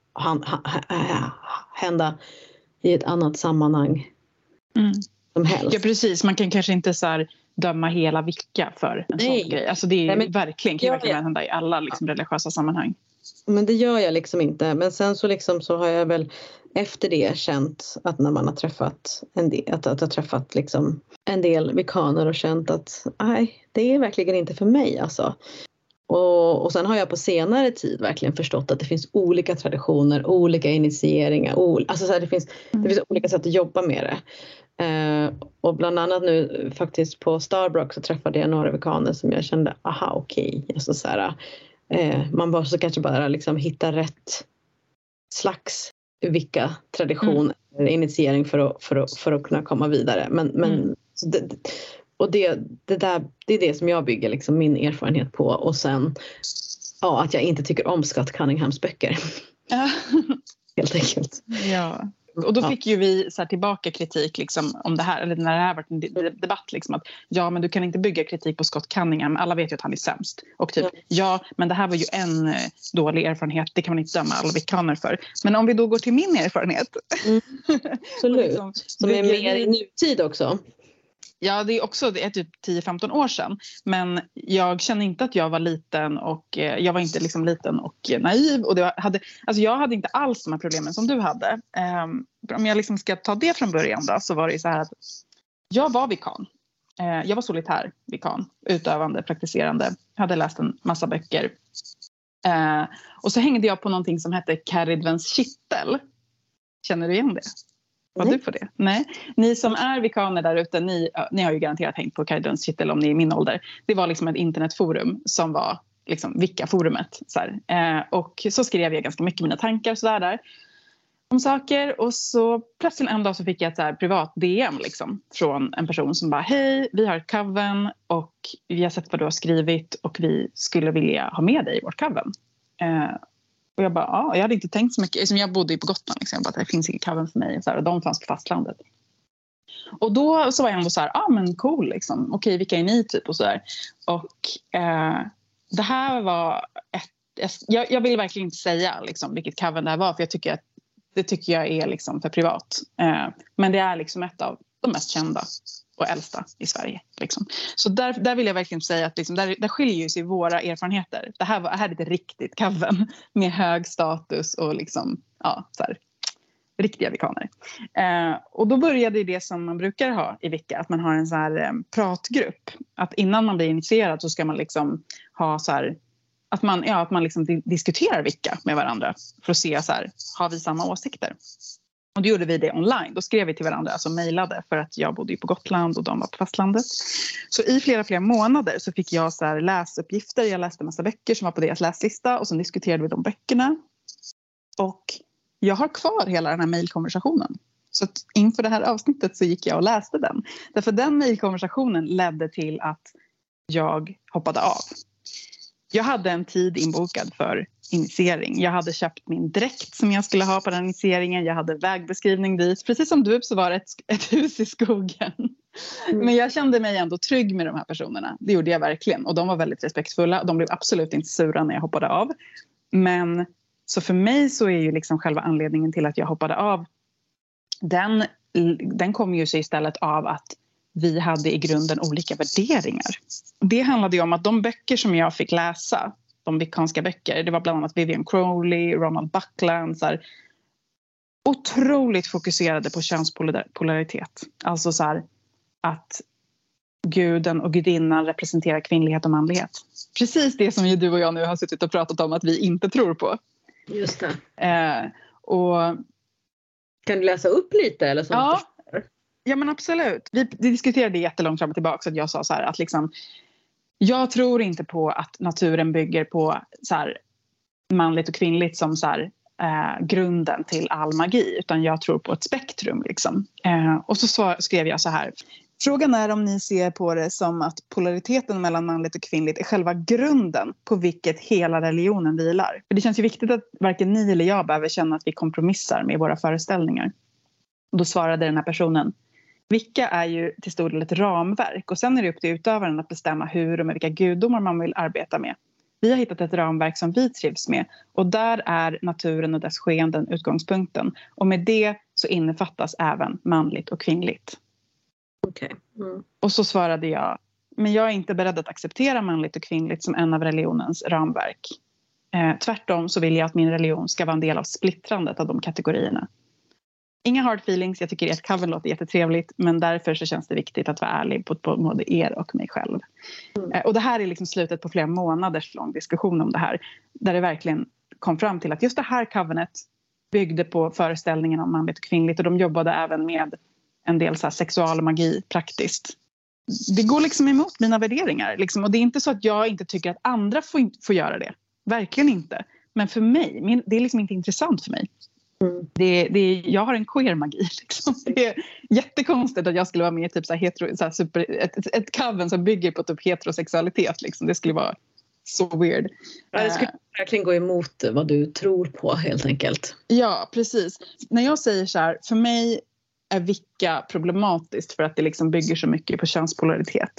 hända i ett annat sammanhang som helst. Ja precis, man kan kanske inte så här döma hela vicka för en sån grej. Alltså det är verkligen hända i alla liksom religiösa sammanhang. Men det gör jag liksom inte. Men sen så liksom så har jag väl efter det känt att när man har träffat att jag har träffat liksom en del vikaner och känt att nej, det är verkligen inte för mig alltså. Och sen har jag på senare tid verkligen förstått att det finns olika traditioner, olika initieringar. Alltså så här, det finns olika sätt att jobba med det. Och bland annat nu faktiskt på Starbrook så träffade jag några vikaner som jag kände, aha okej. Alltså så här, man måste kanske bara liksom hitta rätt slags vika-tradition eller initiering för att kunna komma vidare. Men det är det som jag bygger liksom min erfarenhet på. Och sen att jag inte tycker om Scott Cunninghams böcker. Helt enkelt. Ja. Och då fick ju vi så här tillbaka kritik liksom, om det här, eller när det här varit en debatt liksom, att men du kan inte bygga kritik på Scott Cunningham, alla vet ju att han är sämst och typ, men det här var ju en dålig erfarenhet, det kan man inte döma alla vikaner för, men om vi då går till min erfarenhet absolut, liksom, som är mer i nutid också. Ja, det är typ 10-15 år sedan. Men jag känner inte att jag var liten och jag var inte liksom liten och naiv. Och jag hade inte alls de här problemen som du hade. Om jag liksom ska ta det från början då, så var det ju så här att jag var vikan. Jag var solitär vikan, utövande, praktiserande. Hade läst en massa böcker. Och så hängde jag på någonting som hette Caridvens kittel. Känner du igen det? Var du på det? Nej. Ni som är vikaner där ute, ni har ju garanterat hängt på Caridvens kittel om ni är i min ålder. Det var liksom ett internetforum som var liksom Wicca-forumet. Och så skrev jag ganska mycket mina tankar så där om saker. Och så plötsligt en dag så fick jag ett så här privat DM liksom, från en person som bara, hej, vi har ett coven och vi har sett vad du har skrivit och vi skulle vilja ha med dig i vårt coven. Och jag bara, jag hade inte tänkt så mycket. Jag bodde ju på Gotland. Liksom. Jag bara, det finns inget coven för mig. Och de fanns på fastlandet. Och då så var jag ändå så här, men cool liksom. Okej, vilka är ni typ? Och så där. Och det här var jag vill verkligen inte säga liksom, vilket coven det här var. För det tycker jag är liksom för privat. Men det är liksom ett av de mest kända och äldsta i Sverige. Liksom. Så där vill jag verkligen säga att liksom, där skiljer sig våra erfarenheter. Det här är ett riktigt coven med hög status och liksom, så här, riktiga vikaner. Och då började det som man brukar ha i Wicca, att man har en så här pratgrupp. Att innan man blir initierad så ska man liksom ha så här, att man liksom diskuterar Wicca med varandra för att se så här, har vi samma åsikter? Och då gjorde vi det online. Då skrev vi till varandra, alltså mejlade, för att jag bodde ju på Gotland och de var på fastlandet. Så i flera månader så fick jag så här läsuppgifter. Jag läste en massa böcker som var på deras läslista och så diskuterade vi de böckerna. Och jag har kvar hela den här mejlkonversationen. Så att inför det här avsnittet så gick jag och läste den. Därför den mejlkonversationen ledde till att jag hoppade av. Jag hade en tid inbokad för initiering. Jag hade köpt min dräkt som jag skulle ha på den initieringen. Jag hade vägbeskrivning dit. Precis som du så var det ett hus i skogen. Men jag kände mig ändå trygg med de här personerna. Det gjorde jag verkligen. Och de var väldigt respektfulla. De blev absolut inte sura när jag hoppade av. Men så för mig så är ju liksom själva anledningen till att jag hoppade av. Den kom ju sig istället av att vi hade i grunden olika värderingar. Det handlade ju om att de böcker som jag fick läsa, de wiccanska böcker, det var bland annat Vivian Crowley, Ronald Buckland, så här, otroligt fokuserade på könspolaritet. Alltså så här, att guden och gudinnan representerar kvinnlighet och manlighet. Precis det som ju du och jag nu har suttit och pratat om att vi inte tror på. Just det. Och kan du läsa upp lite eller så? Ja, men absolut. Vi diskuterade jättelångt fram och tillbaka så att jag sa så här att liksom, jag tror inte på att naturen bygger på så här, manligt och kvinnligt som så här, grunden till all magi, utan jag tror på ett spektrum liksom. Och så skrev jag så här: frågan är om ni ser på det som att polariteten mellan manligt och kvinnligt är själva grunden på vilket hela religionen vilar. För det känns ju viktigt att varken ni eller jag behöver känna att vi kompromissar med våra föreställningar. Och då svarade den här personen: Wicca är ju till stor del ett ramverk och sen är det upp till utövaren att bestämma hur och med vilka gudomar man vill arbeta med. Vi har hittat ett ramverk som vi trivs med och där är naturen och dess skeenden utgångspunkten. Och med det så innefattas även manligt och kvinnligt. Okay. Mm. Och så svarade jag: men jag är inte beredd att acceptera manligt och kvinnligt som en av religionens ramverk. Tvärtom så vill jag att min religion ska vara en del av splittrandet av de kategorierna. inga hard feelings. Jag tycker ert cover låter jättetrevligt. Men därför så känns det viktigt att vara ärlig på både er och mig själv. Och det här är liksom slutet på flera månaders lång diskussion om det här. Där det verkligen kom fram till att just det här coveret byggde på föreställningen om manligt och kvinnligt. Och de jobbade även med en del så här sexualmagi praktiskt. Det går liksom emot mina värderingar. Liksom. Och det är inte så att jag inte tycker att andra får göra det. Verkligen inte. Men för mig, det är liksom inte intressant för mig. Jag har en queer magi. Liksom. Det är jättekonstigt att jag skulle vara med i typ ett cover som bygger på typ heterosexualitet. Liksom. Det skulle vara så weird. Ja, det skulle verkligen gå emot vad du tror på helt enkelt. Ja, precis. När jag säger så här, för mig är Wicca problematiskt för att det liksom bygger så mycket på könspolaritet.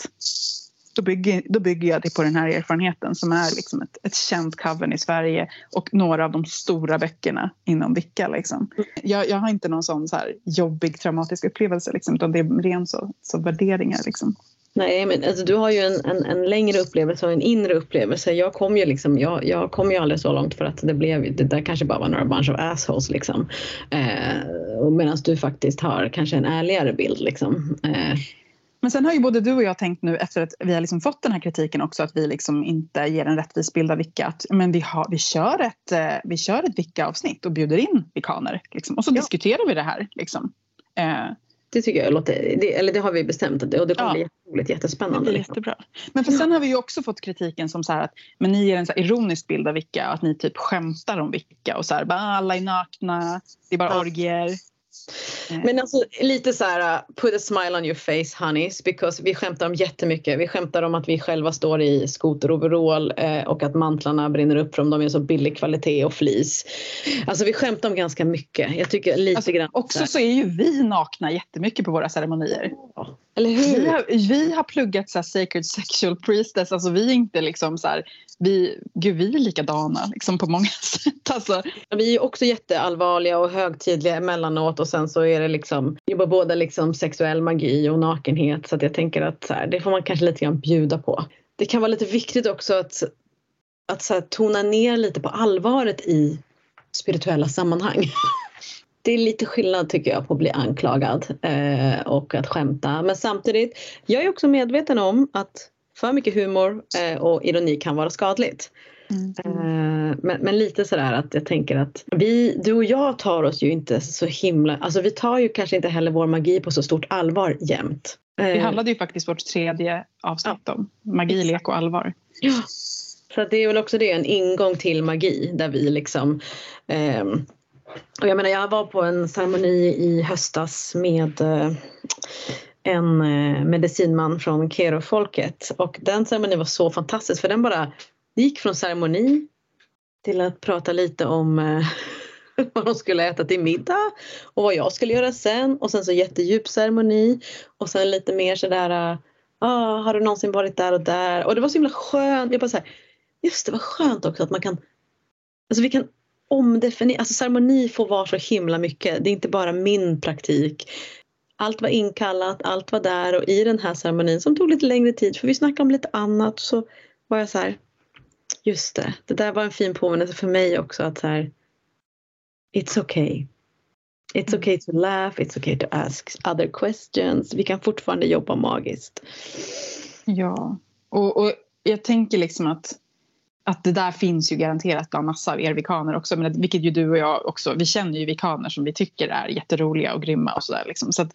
Då bygger jag det på den här erfarenheten som är liksom ett känt cover i Sverige och några av de stora böckerna inom Wicca. Liksom. Jag har inte någon sån så här jobbig traumatisk upplevelse liksom, utan det är ren så värderingar liksom. Nej, men alltså, du har ju en längre upplevelse och en inre upplevelse. Jag kom ju aldrig så långt för att det där kanske bara var några bunch of assholes liksom. Och medan du faktiskt har kanske en ärligare bild liksom. Men sen har ju både du och jag tänkt nu efter att vi har liksom fått den här kritiken också att vi liksom inte ger en rättvis bild av Wicca. Men vi kör ett Wicca-avsnitt och bjuder in vikaner liksom. Och så diskuterar vi det här liksom. Det tycker jag det har vi bestämt och det kommer bli jätteroligt, jättespännande. Det är jättebra. Men för sen har vi ju också fått kritiken som så här att men ni ger en så här ironisk bild av Wicca, att ni typ skämtar om Wicca och så här bara alla är nakna, det är bara orgier. Men alltså lite så här put a smile on your face honeys, because vi skämtar om jättemycket. Vi skämtar om att vi själva står i skoteroverall och att mantlarna brinner upp för om de är så billig kvalitet och flis. Alltså vi skämtar om ganska mycket. Jag tycker lite grann. Också så är ju vi nakna jättemycket på våra ceremonier. Ja. Eller hur? Vi har pluggat så här sacred sexual priestess. Alltså vi är inte liksom så här vi är likadana liksom på många sätt. Alltså. Vi är också jätteallvarliga och högtidliga emellanåt och sen så är det liksom jobbar både liksom sexuell magi och nakenhet, så att jag tänker att så här, det får man kanske lite grann bjuda på. Det kan vara lite viktigt också att så här, tona ner lite på allvaret i spirituella sammanhang. Det är lite skillnad tycker jag på att bli anklagad och att skämta. Men samtidigt, jag är också medveten om att för mycket humor och ironi kan vara skadligt. Men lite sådär att jag tänker att du och jag tar oss ju inte så himla... Alltså vi tar ju kanske inte heller vår magi på så stort allvar jämt. Det handlade ju faktiskt vårt 3:e avsnitt om. Magi, lek och allvar. Ja, så det är väl också det, en ingång till magi där vi liksom... och jag menar, jag var på en ceremoni i höstas med en medicinman från Kero-folket. Och den ceremonin var så fantastisk för den bara gick från ceremoni till att prata lite om vad de skulle äta till middag och vad jag skulle göra sen. Och sen så jättedjup ceremoni och sen lite mer sådär, har du någonsin varit där och där? Och det var så himla skönt. Jag bara så här, just det var skönt också att man kan, alltså vi kan omdefiniera, alltså ceremoni får vara så himla mycket. Det är inte bara min praktik. Allt var inkallat, allt var där och i den här ceremonin som tog lite längre tid för vi snackade om lite annat, så var jag så här, just det där var en fin påminnelse för mig också att så här, it's okay. It's okay to laugh, it's okay to ask other questions. Vi kan fortfarande jobba magiskt. Ja, och jag tänker liksom att det där finns ju garanterat bland massa av er vikaner också. Men vilket ju du och jag också, vi känner ju vikaner som vi tycker är jätteroliga och grymma och sådär liksom. Så att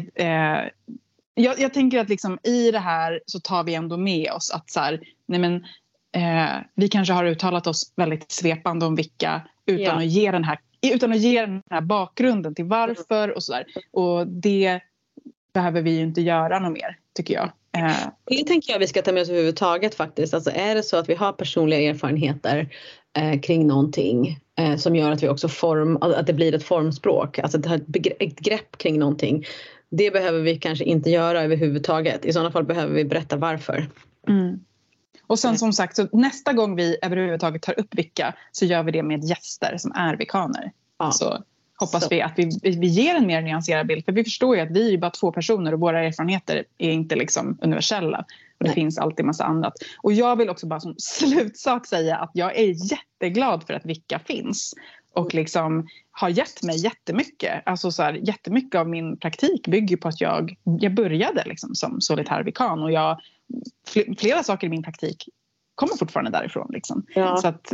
jag tänker att liksom i det här så tar vi ändå med oss att så här, nej men vi kanske har uttalat oss väldigt svepande om Wicca utan att ge den här bakgrunden till varför och sådär. Och det behöver vi ju inte göra något mer, tycker jag. Det tänker jag vi ska ta med oss överhuvudtaget faktiskt. Alltså är det så att vi har personliga erfarenheter kring någonting som gör att vi också att det blir ett formspråk, alltså ett grepp kring någonting, det behöver vi kanske inte göra överhuvudtaget. I sådana fall behöver vi berätta varför. Och sen som sagt, så nästa gång vi överhuvudtaget tar upp Wicca så gör vi det med gäster som är vikaner. Så hoppas vi att vi ger en mer nyanserad bild. För vi förstår ju att vi är bara 2 personer och våra erfarenheter är inte liksom universella. Och det finns alltid massa annat. Och jag vill också bara som slutsak säga att jag är jätteglad för att Wicca finns. och liksom har gett mig jättemycket. Alltså så här, jättemycket av min praktik bygger på att jag började liksom som solitär vikan, och flera saker i min praktik kommer fortfarande därifrån liksom. Ja. Så att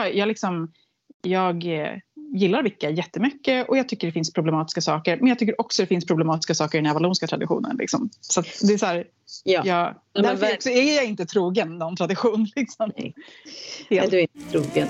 jag gillar Wicca jättemycket, och jag tycker det finns problematiska saker, men jag tycker också det finns problematiska saker i den avalonska traditionen liksom. Så att det är så här, därför också är jag inte trogen någon tradition liksom. Nej, du är inte trogen.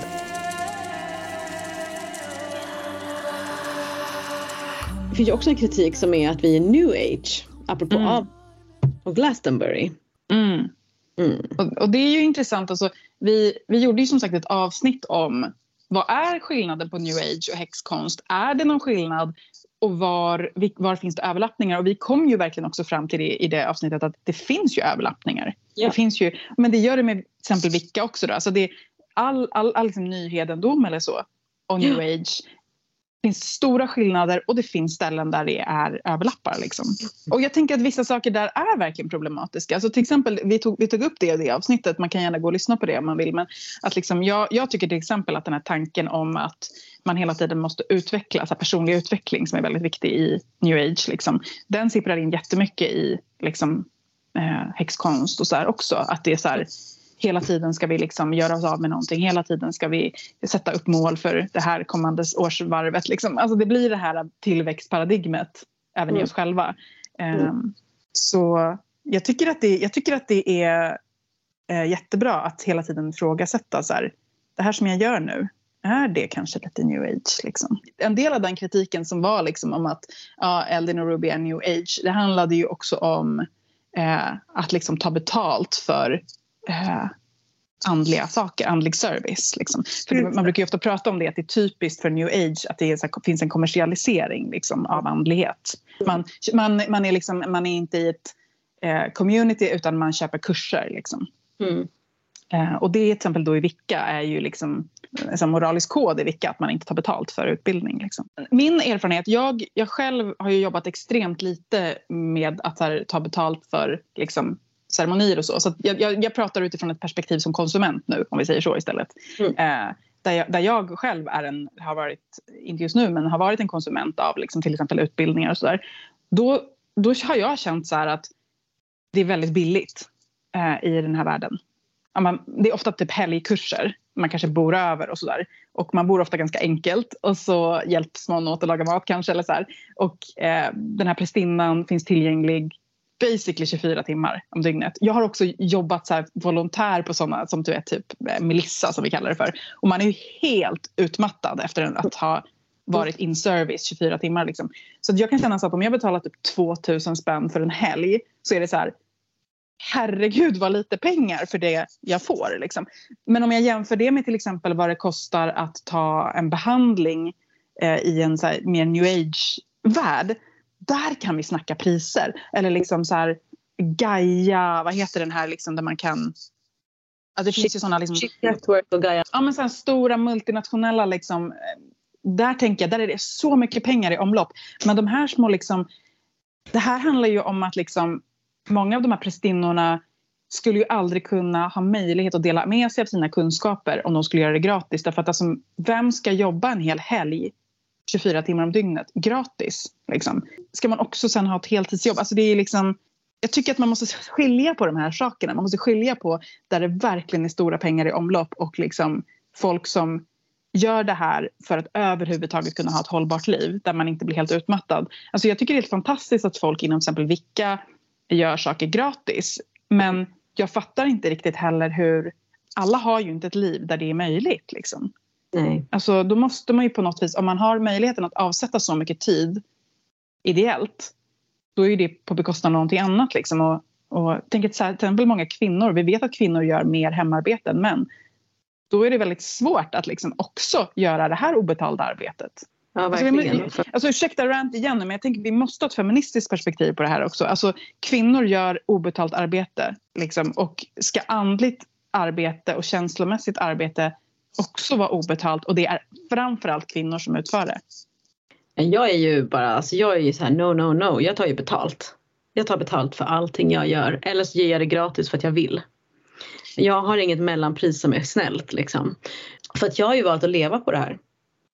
Det finns ju också en kritik som är att vi är new age, apropå och Glastonbury. Och det är ju intressant, alltså, vi gjorde ju som sagt ett avsnitt om vad är skillnaden på new age och häxkonst? Är det någon skillnad? Och var finns det överlappningar? Och vi kom ju verkligen också fram till det i det avsnittet, att det finns ju överlappningar. Ja. Det finns ju, men det gör det med till exempel Wicca också då. Alltså det är all liksom nyhedendom eller så, och new age. Det finns stora skillnader, och det finns ställen där det är överlappar liksom. Och jag tänker att vissa saker där är verkligen problematiska. Alltså till exempel, vi tog upp det i det avsnittet. Man kan gärna gå och lyssna på det om man vill. Men att liksom, jag tycker till exempel att den här tanken om att man hela tiden måste utveckla, alltså personlig utveckling som är väldigt viktig i new age liksom, den sipprar in jättemycket i liksom, häxkonst och så här också. Att det är så här, hela tiden ska vi liksom göra oss av med någonting. Hela tiden ska vi sätta upp mål för det här kommande årsvarvet. Liksom. Alltså det blir det här tillväxtparadigmet även i oss själva. Så jag tycker att det är jättebra att hela tiden ifrågasätta så här, det här som jag gör nu, är det kanske lite new age liksom. En del av den kritiken som var liksom om att Eldin och Ruby är new age, det handlade ju också om att liksom ta betalt för andliga saker, andlig service liksom. För man brukar ju ofta prata om det, att det är typiskt för new age att det är så här, finns en kommersialisering liksom, av andlighet. Man är liksom, man är inte i ett community, utan man köper kurser liksom. Och det till exempel då i Wicca är ju liksom en moralisk kod i Wicca, att man inte tar betalt för utbildning liksom. Min erfarenhet, jag själv har ju jobbat extremt lite med att ta betalt för liksom ceremonier och så jag pratar utifrån ett perspektiv som konsument nu, om vi säger så istället. Där jag själv har varit, inte just nu, men har varit en konsument av liksom till exempel utbildningar och sådär. Då har jag känt så här att det är väldigt billigt i den här världen. Det är ofta typ helgkurser. Man kanske bor över och sådär. Och man bor ofta ganska enkelt. Och så hjälps man åt att laga mat kanske. Eller så här. Och den här prästinnan finns tillgänglig basically 24 timmar om dygnet. Jag har också jobbat så här volontär på sådana som du vet, typ Melissa som vi kallar det för. Och man är ju helt utmattad efter att ha varit in service 24 timmar liksom. Så jag kan känna så att om jag betalar typ 2000 spänn för en helg, så är det så här, herregud vad lite pengar för det jag får liksom. Men om jag jämför det med till exempel vad det kostar att ta en behandling i en så här mer new age-värld, där kan vi snacka priser. Eller liksom så här Gaia, vad heter den här liksom, där man kan, det finns ju sådana liksom, och Gaia. Ja, men så här stora multinationella liksom, där tänker jag, där är det så mycket pengar i omlopp. Men de här små liksom, det här handlar ju om att liksom, många av de här prästinnorna skulle ju aldrig kunna ha möjlighet att dela med sig av sina kunskaper om de skulle göra det gratis. Därför att alltså, vem ska jobba en hel helg 24 timmar om dygnet gratis liksom? Ska man också sen ha ett heltidsjobb? Alltså det är liksom, jag tycker att man måste skilja på de här sakerna. Man måste skilja på där det verkligen är stora pengar i omlopp och liksom folk som gör det här för att överhuvudtaget kunna ha ett hållbart liv där man inte blir helt utmattad. Alltså jag tycker det är helt fantastiskt att folk inom till exempel Wicca gör saker gratis. Men jag fattar inte riktigt heller hur, alla har ju inte ett liv där det är möjligt liksom. Nej. Alltså då måste man ju på något vis, om man har möjligheten att avsätta så mycket tid ideellt, då är ju det på bekostnad av någonting annat liksom. Och tänk till exempel många kvinnor, vi vet att kvinnor gör mer hemarbete än män. Då är det väldigt svårt att liksom också göra det här obetalda arbetet. Ja, verkligen. Alltså ursäkta rant igen, men jag tänker vi måste ha ett feministiskt perspektiv på det här också. Alltså kvinnor gör obetalt arbete liksom, och ska andligt arbete och känslomässigt arbete också vara obetalt, och det är framförallt kvinnor som utför det. Jag är ju bara, alltså jag är ju så här no, jag tar ju betalt. Jag tar betalt för allting jag gör, eller så ger jag det gratis för att jag vill. Jag har inget mellanpris som är snällt liksom. För att jag har ju valt att leva på det här.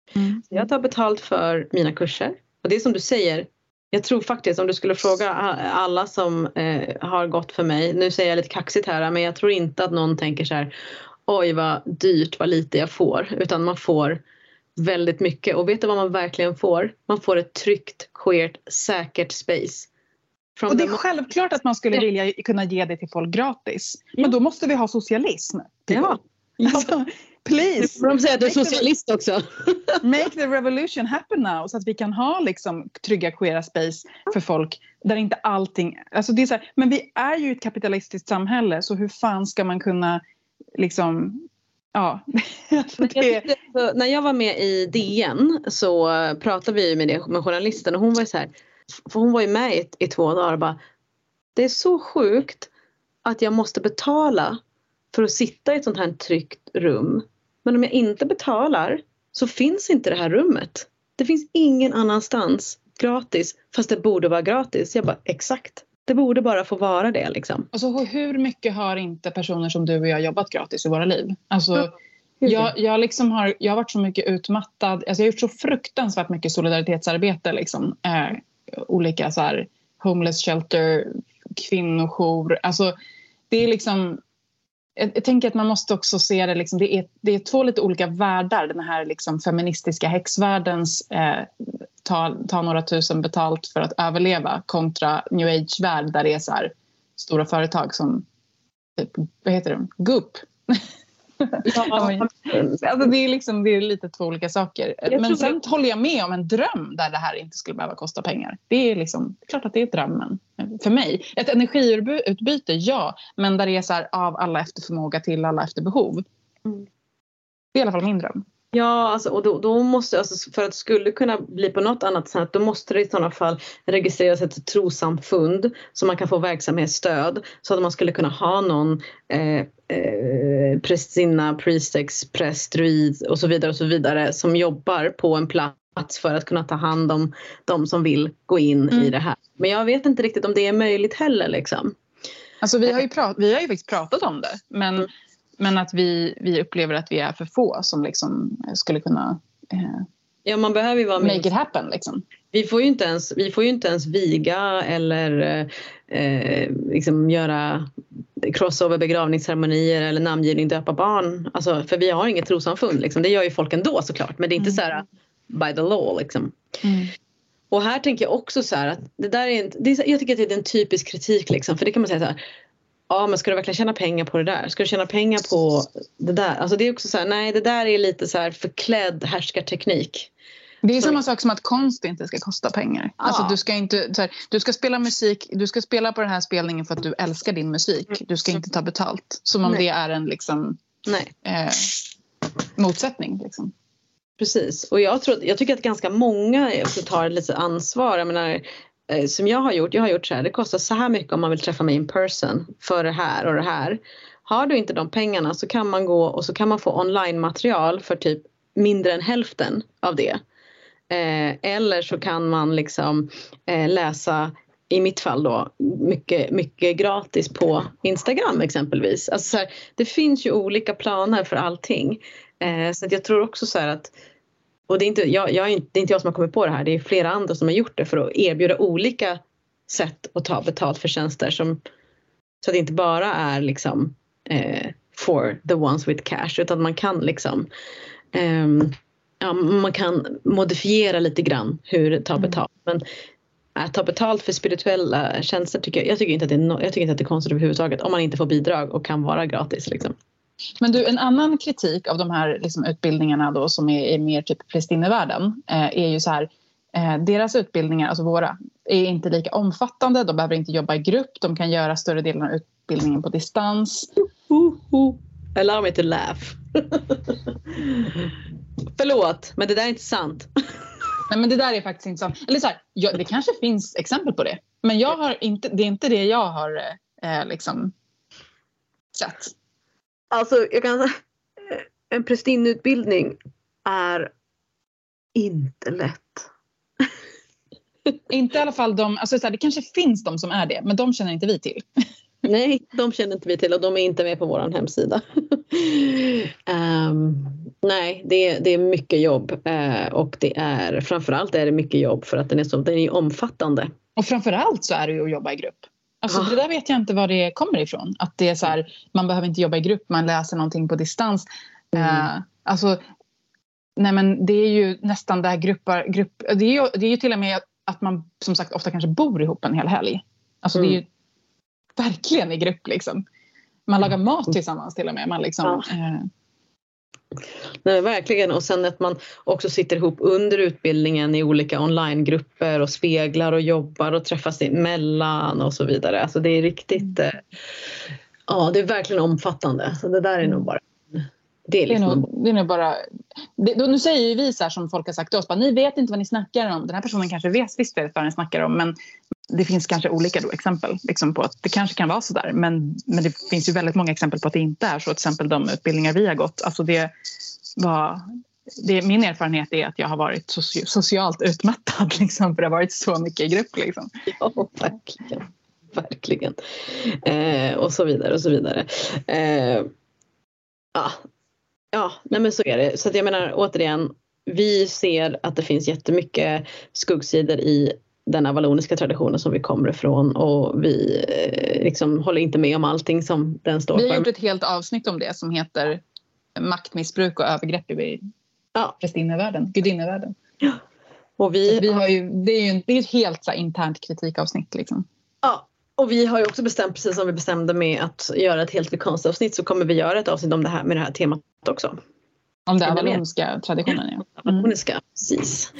Så jag tar betalt för mina kurser. Och det är som du säger, jag tror faktiskt om du skulle fråga alla som har gått för mig, nu säger jag lite kaxigt här, men jag tror inte att någon tänker så här, oj vad dyrt, vad lite jag får, utan man får väldigt mycket. Och vet du vad man verkligen får? Man får ett tryggt, queert, säkert space. Och det är självklart att man skulle vilja kunna ge det till folk gratis. Men då måste vi ha socialism. Ja. Alltså, please. De säger att du är socialist också. Make the revolution happen now. Så att vi kan ha liksom trygga queera space för folk. Där inte allting... Alltså det är så här, men vi är ju ett kapitalistiskt samhälle. Så hur fan ska man kunna liksom... Ja. När jag var med i DN så pratade vi med journalisten. Och hon var så här... För hon var ju med i 2 dagar och bara, det är så sjukt att jag måste betala för att sitta i ett sånt här tryggt rum. Men om jag inte betalar så finns inte det här rummet. Det finns ingen annanstans gratis, fast det borde vara gratis. Jag bara, exakt. Det borde bara få vara det liksom. Alltså hur mycket har inte personer som du och jag jobbat gratis i våra liv? Alltså... Jag liksom jag har varit så mycket utmattad. Alltså jag har gjort så fruktansvärt mycket solidaritetsarbete liksom. Olika så här homeless shelter, kvinnojour. Alltså det är liksom, jag tänker att man måste också se det liksom, det är 2 lite olika världar. Den här liksom feministiska häxvärldens ta några tusen betalt för att överleva kontra new age-värld där det är så här stora företag som vad heter de? Goop. Ja. Alltså det är lite 2 olika saker. Men sen håller jag med om en dröm där det här inte skulle behöva kosta pengar. Det är liksom, klart att det är drömmen för mig. Ett energiutbyte, ja. Men där det är så här, av alla efter förmåga till alla efter behov. Det är i alla fall min dröm. Ja, alltså, och då måste, alltså, för att det skulle kunna bli på något annat sätt, då måste det i sådana fall registreras ett trossamfund så man kan få verksamhetsstöd, så att man skulle kunna ha någon prästinna, priestex, präst, druid och så vidare som jobbar på en plats för att kunna ta hand om de som vill gå in i det här. Men jag vet inte riktigt om det är möjligt heller liksom. Alltså vi har ju faktiskt pratat om det, men att vi upplever att vi är för få som liksom skulle kunna ja, man behöver ju vara make it happen liksom. Vi får ju inte ens viga eller liksom göra crossover begravningsceremonier eller namngivning, döpa barn. Alltså, för vi har inget trossamfund liksom. Det gör ju folk ändå såklart, men det är inte så här by the law liksom. Och här tänker jag också så här att det där jag tycker att det är en typisk kritik liksom, för det kan man säga så här. Ja, men ska du verkligen tjäna pengar på det där? Ska du tjäna pengar på det där? Alltså det är också så här, nej, det där är lite så här förklädd härskarteknik. Det är samma sak som att konst inte ska kosta pengar. Ja. Alltså du ska inte så här, du ska spela musik, du ska spela på den här spelningen för att du älskar din musik. Du ska inte ta betalt. Som om det är en liksom motsättning liksom. Precis. Och jag tycker att ganska många också tar lite ansvar. Jag menar, som jag har gjort så här, det kostar så här mycket om man vill träffa mig in person för det här och det här. Har du inte de pengarna så kan man gå och så kan man få online-material för typ mindre än hälften av det. Eller så kan man liksom läsa, i mitt fall då, mycket, mycket gratis på Instagram exempelvis. Alltså så här, det finns ju olika planer för allting. Så att jag tror också så här att, och det är inte jag som har kommit på det här, det är flera andra som har gjort det för att erbjuda olika sätt att ta betalt för tjänster så att det inte bara är liksom for the ones with cash, utan man kan liksom man kan modifiera lite grann hur ta betalt. Men att ta betalt för spirituella tjänster jag tycker inte att det är konstigt överhuvudtaget om man inte får bidrag och kan vara gratis liksom. Men du, en annan kritik av de här liksom, utbildningarna då, som är mer typ prästinnevärlden är ju så här, deras utbildningar, alltså våra, är inte lika omfattande. De behöver inte jobba i grupp. De kan göra större delen av utbildningen på distans. Allow me to laugh. Förlåt, men det där är inte sant. Nej, men det där är faktiskt inte sant. Eller så här, det kanske finns exempel på det. Men det är inte det jag har liksom sett. Alltså, jag kan säga, en prästinnutbildning är inte lätt. Inte i alla fall alltså så här, det kanske finns de som är det, men de känner inte vi till. Nej, de känner inte vi till och de är inte med på vår hemsida. Nej, det är mycket jobb och framförallt är det mycket jobb för att den är omfattande. Och framförallt så är det ju att jobba i grupp. Alltså det där vet jag inte var det kommer ifrån. Att det är så här, man behöver inte jobba i grupp, man läser någonting på distans. Nej men det är ju nästan det här grupp det är ju till och med att man som sagt ofta kanske bor ihop en hel helg. Alltså det är ju verkligen i grupp liksom. Man lagar mat tillsammans till och med. Man liksom, Nej, verkligen. Och sen att man också sitter ihop under utbildningen i olika onlinegrupper och speglar och jobbar och träffas emellan och så vidare. Alltså det är riktigt, det är verkligen omfattande. Så det där är nog bara... Det är nog bara... nu säger ju vi så här, som folk har sagt till oss, bara, ni vet inte vad ni snackar om. Den här personen kanske visst vet vad ni snackar om, men det finns kanske olika då exempel liksom, på att det kanske kan vara så där. Men det finns ju väldigt många exempel på att det inte är så. Till exempel de utbildningar vi har gått. Alltså min erfarenhet är att jag har varit socialt utmattad liksom, för det har varit så mycket i grupp liksom. Ja, verkligen. Och så vidare och så vidare. Nej men så är det. Så att jag menar återigen, vi ser att det finns jättemycket skuggsidor i den avaloniska traditionen som vi kommer ifrån, och vi liksom håller inte med om allting som den står för. Vi har gjort ett helt avsnitt om det som heter maktmissbruk och övergrepp i prästinnevärlden, gudinnevärlden. Ja. Och vi har ju, det är ett helt så här, internt kritikavsnitt liksom. Ja. Och vi har ju också bestämt, precis som vi bestämde med att göra ett helt vegansavsnitt, så kommer vi göra ett avsnitt om det här med det här temat också. Om det avaloniska traditionen, ja. Avaloniska, precis.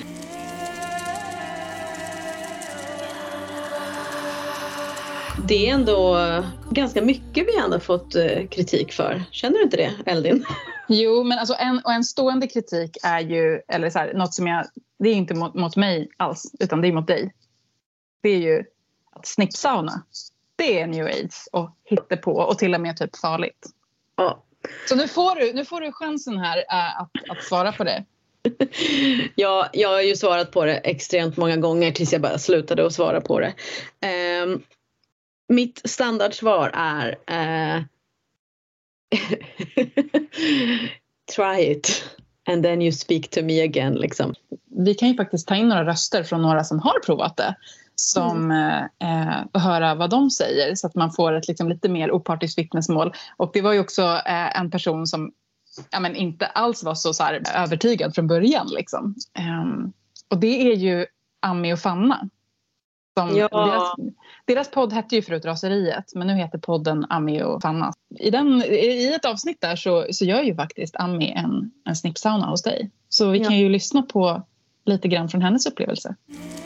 Det är ändå ganska mycket vi ändå fått kritik för. Känner du inte det, Eldin? Jo, men alltså en stående kritik är ju, eller så här, något som det är inte mot mig alls, utan det är mot dig. Det är ju att snippsauna, det är new age och hittepå och till och med typ farligt. Ja. Så nu får du chansen här att svara på det. Ja, jag har ju svarat på det extremt många gånger tills jag bara slutade att svara på det. Mitt standardsvar är try it and then you speak to me again liksom. Vi kan ju faktiskt ta in några röster från några som har provat det, som höra vad de säger, så att man får ett liksom lite mer opartiskt vittnesmål. Och det var ju också en person som inte alls var så här övertygad från början liksom. Och det är ju Ami och Fanna. Deras podd hette ju förut Raseriet, men nu heter podden Ami och Fanna. I ett avsnitt där så gör ju faktiskt Ami en snippsauna hos dig. Så vi kan ju lyssna på lite grann från hennes upplevelse.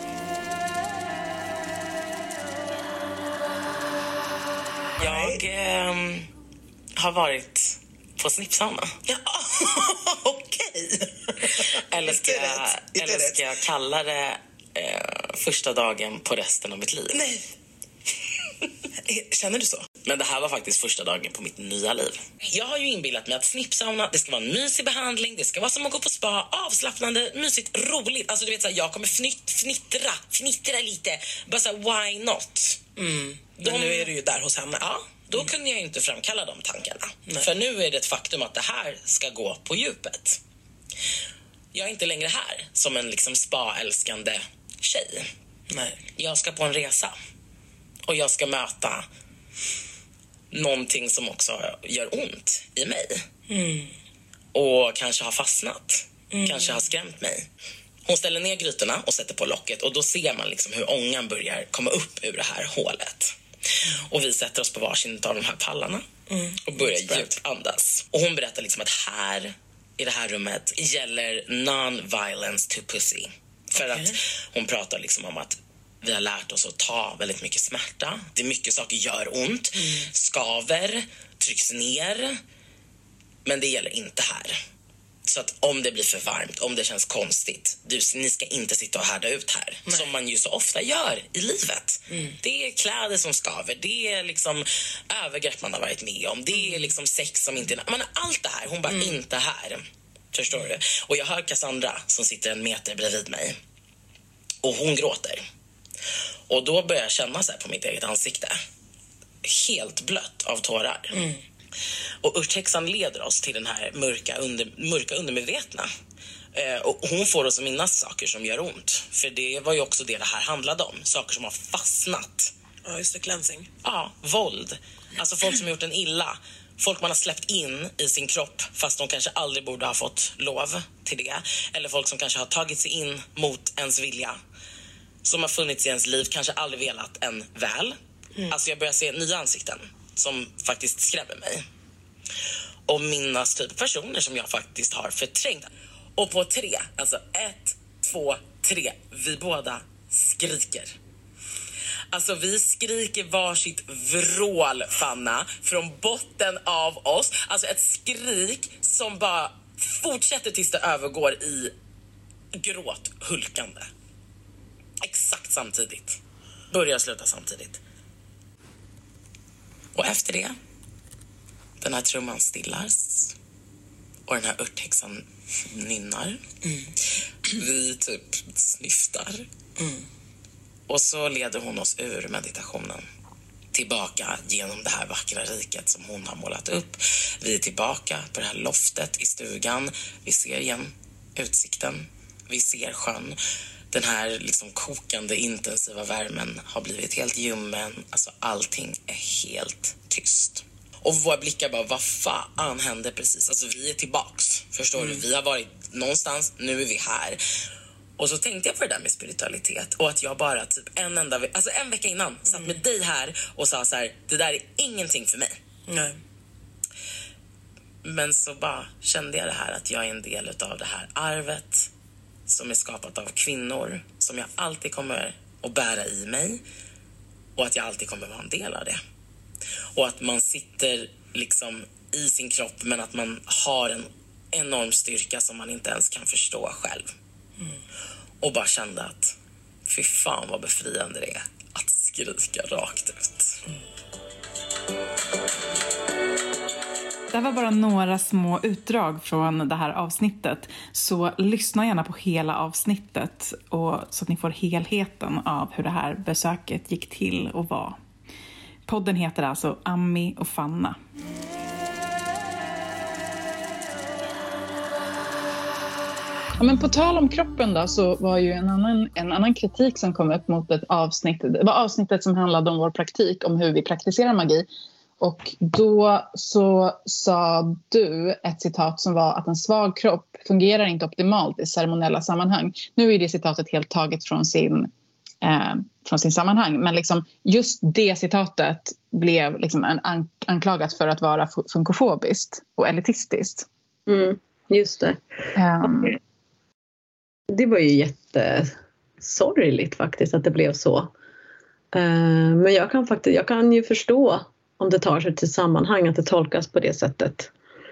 Jag har varit på snippsauna. Ja, okej. Eller ska jag kalla det första dagen på resten av mitt liv? Nej. Känner du så? Men det här var faktiskt första dagen på mitt nya liv. Jag har ju inbillat mig att snippsauna, det ska vara en mysig behandling, det ska vara som att gå på spa, avslappnande, mysigt, roligt. Alltså du vet så här, jag kommer fnittra lite. Bara så här, why not? Men nu är du ju där hos henne. Ja, då kunde jag inte framkalla de tankarna. Nej. För nu är det ett faktum att det här ska gå på djupet. Jag är inte längre här som en liksom spa-älskande tjej. Nej. Jag ska på en resa. Och jag ska möta någonting som också gör ont i mig. Och kanske har fastnat. Kanske har skrämt mig. Hon ställer ner grytorna och sätter på locket. Och då ser man liksom hur ångan börjar komma upp ur det här hålet. Och vi sätter oss på varsin av de här pallarna. Och börjar djupandas. Och hon berättar liksom att här i det här rummet gäller non-violence to pussy. För att hon pratar liksom om att vi har lärt oss att ta väldigt mycket smärta. Det är mycket saker gör ont. Skaver, trycks ner. Men det gäller inte här. Så att om det blir för varmt, om det känns konstigt, ni ska inte sitta och härda ut här. Nej. Som man ju så ofta gör i livet. Det är kläder som skaver, det är liksom övergrepp man har varit med om. Det är liksom sex som inte... Men allt det här, hon bara inte här. Förstår du? Och jag hör Cassandra som sitter 1 meter bredvid mig. Och hon gråter. Och då börjar jag känna så här på mitt eget ansikte. Helt blött av tårar. Och örthäxan leder oss till den här mörka undermedvetna. Och hon får oss att minnas saker som gör ont. För det var ju också det här handlade om. Saker som har fastnat. Ja, just det, cleansing. Ja, våld. Alltså folk som har gjort en illa. Folk man har släppt in i sin kropp fast de kanske aldrig borde ha fått lov till det. Eller folk som kanske har tagit sig in mot ens vilja. Som har funnits i ens liv, kanske aldrig velat en väl. Alltså jag börjar se nya ansikten som faktiskt skrämmer mig. Och minnas typ personer som jag faktiskt har förträngt. Och på 3, alltså 1, 2, 3, vi båda skriker. Alltså vi skriker varsitt vrål, Fanna, från botten av oss. Alltså ett skrik som bara fortsätter tills det övergår i gråt, hulkande. Exakt samtidigt. Börjar sluta samtidigt. Och efter det, den här trumman stillas. Och den här örthäxan nynnar. Vi typ snyftar. Och så leder hon oss ur meditationen. Tillbaka genom det här vackra riket som hon har målat upp. Vi är tillbaka på det här loftet i stugan. Vi ser igen utsikten. Vi ser sjön. Den här liksom kokande intensiva värmen har blivit helt ljummen. Alltså allting är helt tyst. Och våra blickar bara, vad fan hände precis? Alltså vi är tillbaks, förstår du? Vi har varit någonstans, nu är vi här. Och så tänkte jag på det där med spiritualitet. Och att jag bara typ en vecka innan satt med dig här och sa så här: det där är ingenting för mig. Nej. Men så bara kände jag det här att jag är en del av det här arvet som är skapat av kvinnor, som jag alltid kommer att bära i mig. Och att jag alltid kommer vara en del av det. Och att man sitter liksom i sin kropp, men att man har en enorm styrka som man inte ens kan förstå själv. Och bara kände att fy fan vad befriande det är att skrika rakt ut. Det här var bara några små utdrag från det här avsnittet. Så lyssna gärna på hela avsnittet så att ni får helheten av hur det här besöket gick till och var. Podden heter alltså Ami och Fanna. Ja, men på tal om kroppen då, så var ju en annan kritik som kom upp mot ett avsnitt. Det var avsnittet som handlade om vår praktik, om hur vi praktiserar magi. Och då så sa du ett citat som var att en svag kropp fungerar inte optimalt i ceremoniella sammanhang. Nu är det citatet helt taget från sin sammanhang. Men liksom just det citatet blev liksom anklagat för att vara funkofobiskt och elitistiskt. Just det. Det var ju jättesorgligt faktiskt att det blev så. Men jag kan ju förstå om det tar sig till sammanhang att det tolkas på det sättet.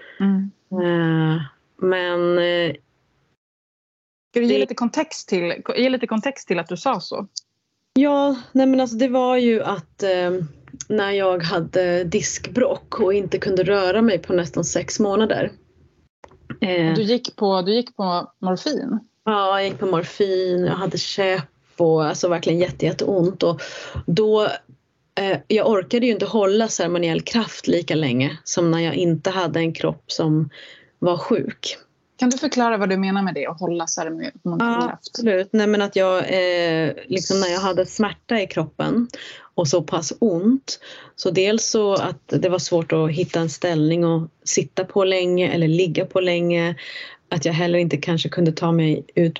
Men ska du ge lite kontext till att du sa så? Ja, nej men alltså det var ju att när jag hade diskbråck och inte kunde röra mig på nästan 6 månader. Du gick på morfin? Ja, jag gick på morfin. Jag hade käpp och alltså verkligen jätteont. Och då, jag orkade ju inte hålla ceremoniell kraft lika länge som när jag inte hade en kropp som var sjuk. Kan du förklara vad du menar med det, att hålla ceremoniell kraft? Ja, absolut. Nej, men att jag, liksom när jag hade smärta i kroppen och så pass ont. Så dels så att det var svårt att hitta en ställning och sitta på länge eller ligga på länge. Att jag heller inte kanske kunde ta mig ut.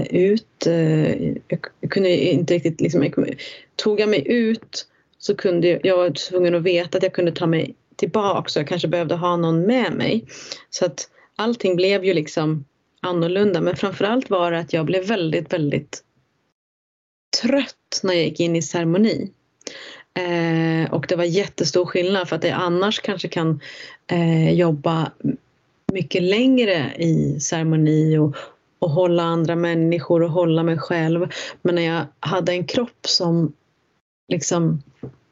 Jag kunde inte riktigt liksom, tog jag mig ut så kunde jag var tvungen att veta att jag kunde ta mig tillbaka, så jag kanske behövde ha någon med mig. Så att allting blev ju liksom annorlunda, men framförallt var det att jag blev väldigt, väldigt trött när jag gick in i ceremoni. Och det var jättestor skillnad, för att jag annars kanske kan jobba mycket längre i ceremoni och hålla andra människor och hålla mig själv. Men när jag hade en kropp som liksom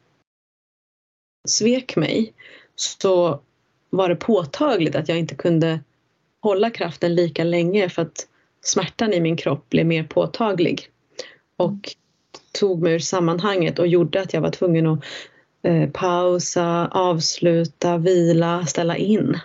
svek mig, så var det påtagligt att jag inte kunde hålla kraften lika länge, för att smärtan i min kropp blev mer påtaglig och tog mig ur sammanhanget och gjorde att jag var tvungen att pausa, avsluta, vila, ställa in.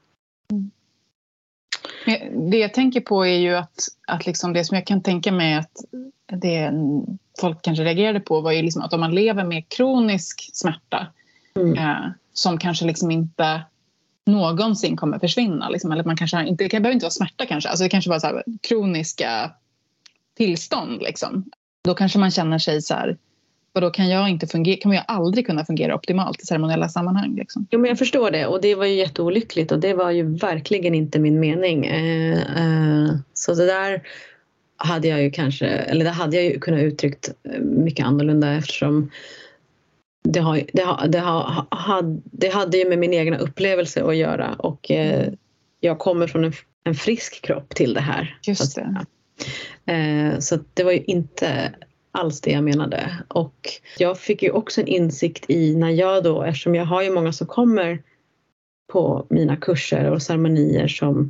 Det jag tänker på är ju att liksom det som jag kan tänka mig att det folk kanske reagerade på var ju liksom att om man lever med kronisk smärta som kanske liksom inte någonsin kommer försvinna liksom, eller man kanske inte, det behöver inte vara smärta kanske, alltså det kanske var så här kroniska tillstånd liksom. Då kanske man känner sig så här, och då kan jag aldrig kunna fungera optimalt i ceremoniella sammanhang liksom. Jo, men jag förstår det, och det var ju jätteolyckligt och det var ju verkligen inte min mening. Så det där hade jag ju kanske, eller det hade jag ju kunnat uttryckt mycket annorlunda, eftersom det hade ju med min egna upplevelse att göra, och jag kommer från en frisk kropp till det här. Just det. Så det var ju inte alls det jag menade. Och jag fick ju också en insikt i när jag då, eftersom jag har ju många som kommer på mina kurser och ceremonier som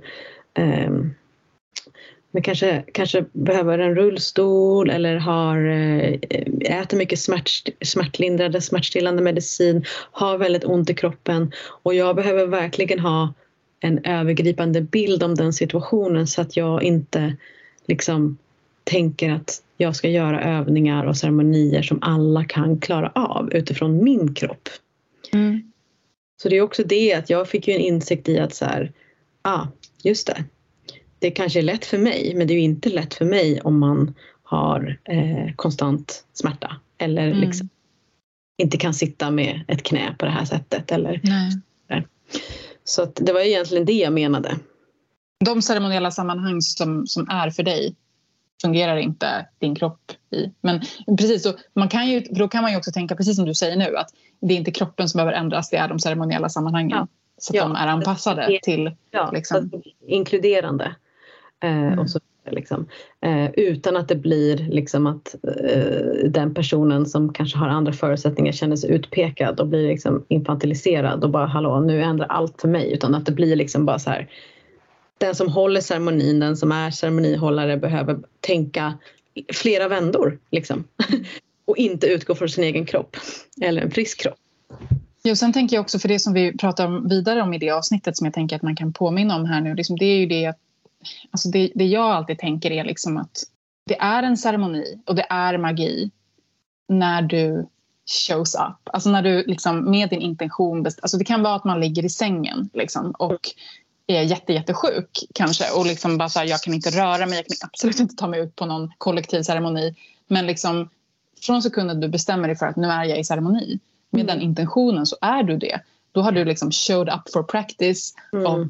men kanske behöver en rullstol eller äter mycket smärtstillande medicin, har väldigt ont i kroppen, och jag behöver verkligen ha en övergripande bild om den situationen, så att jag inte liksom tänker att jag ska göra övningar och ceremonier som alla kan klara av utifrån min kropp. Så det är också det att jag fick ju en insikt i att så här, just det kanske är lätt för mig, men det är ju inte lätt för mig om man har konstant smärta eller liksom inte kan sitta med ett knä på det här sättet eller. Nej. Så att det var egentligen det jag menade. De ceremoniella sammanhang som är för dig fungerar inte din kropp i. Men precis, så då kan man ju också tänka, precis som du säger nu, att det är inte kroppen som behöver ändras, det är de ceremoniella sammanhangen. Så att de är anpassade till liksom. Inkluderande. Och så, liksom. Utan att det blir liksom att den personen som kanske har andra förutsättningar känner sig utpekad och blir liksom infantiliserad och bara hallå, nu ändrar allt för mig, utan att det blir liksom bara så här, den som håller ceremonin, den som är ceremonihållare behöver tänka flera vändor liksom. Och inte utgå från sin egen kropp eller en frisk kropp. Jo, sen tänker jag också, för det som vi pratar vidare om i det avsnittet som jag tänker att man kan påminna om här nu, liksom, det är ju det att alltså det jag alltid tänker är liksom att det är en ceremoni och det är magi när du shows up. Alltså när du liksom med din intention alltså det kan vara att man ligger i sängen liksom, och är jättesjuk kanske och liksom bara så här, jag kan inte röra mig, jag kan absolut inte ta mig ut på någon kollektiv ceremoni, men liksom från sekunden du bestämmer dig för att nu är jag i ceremoni med den intentionen, så är du det. Då har du liksom showed up for practice och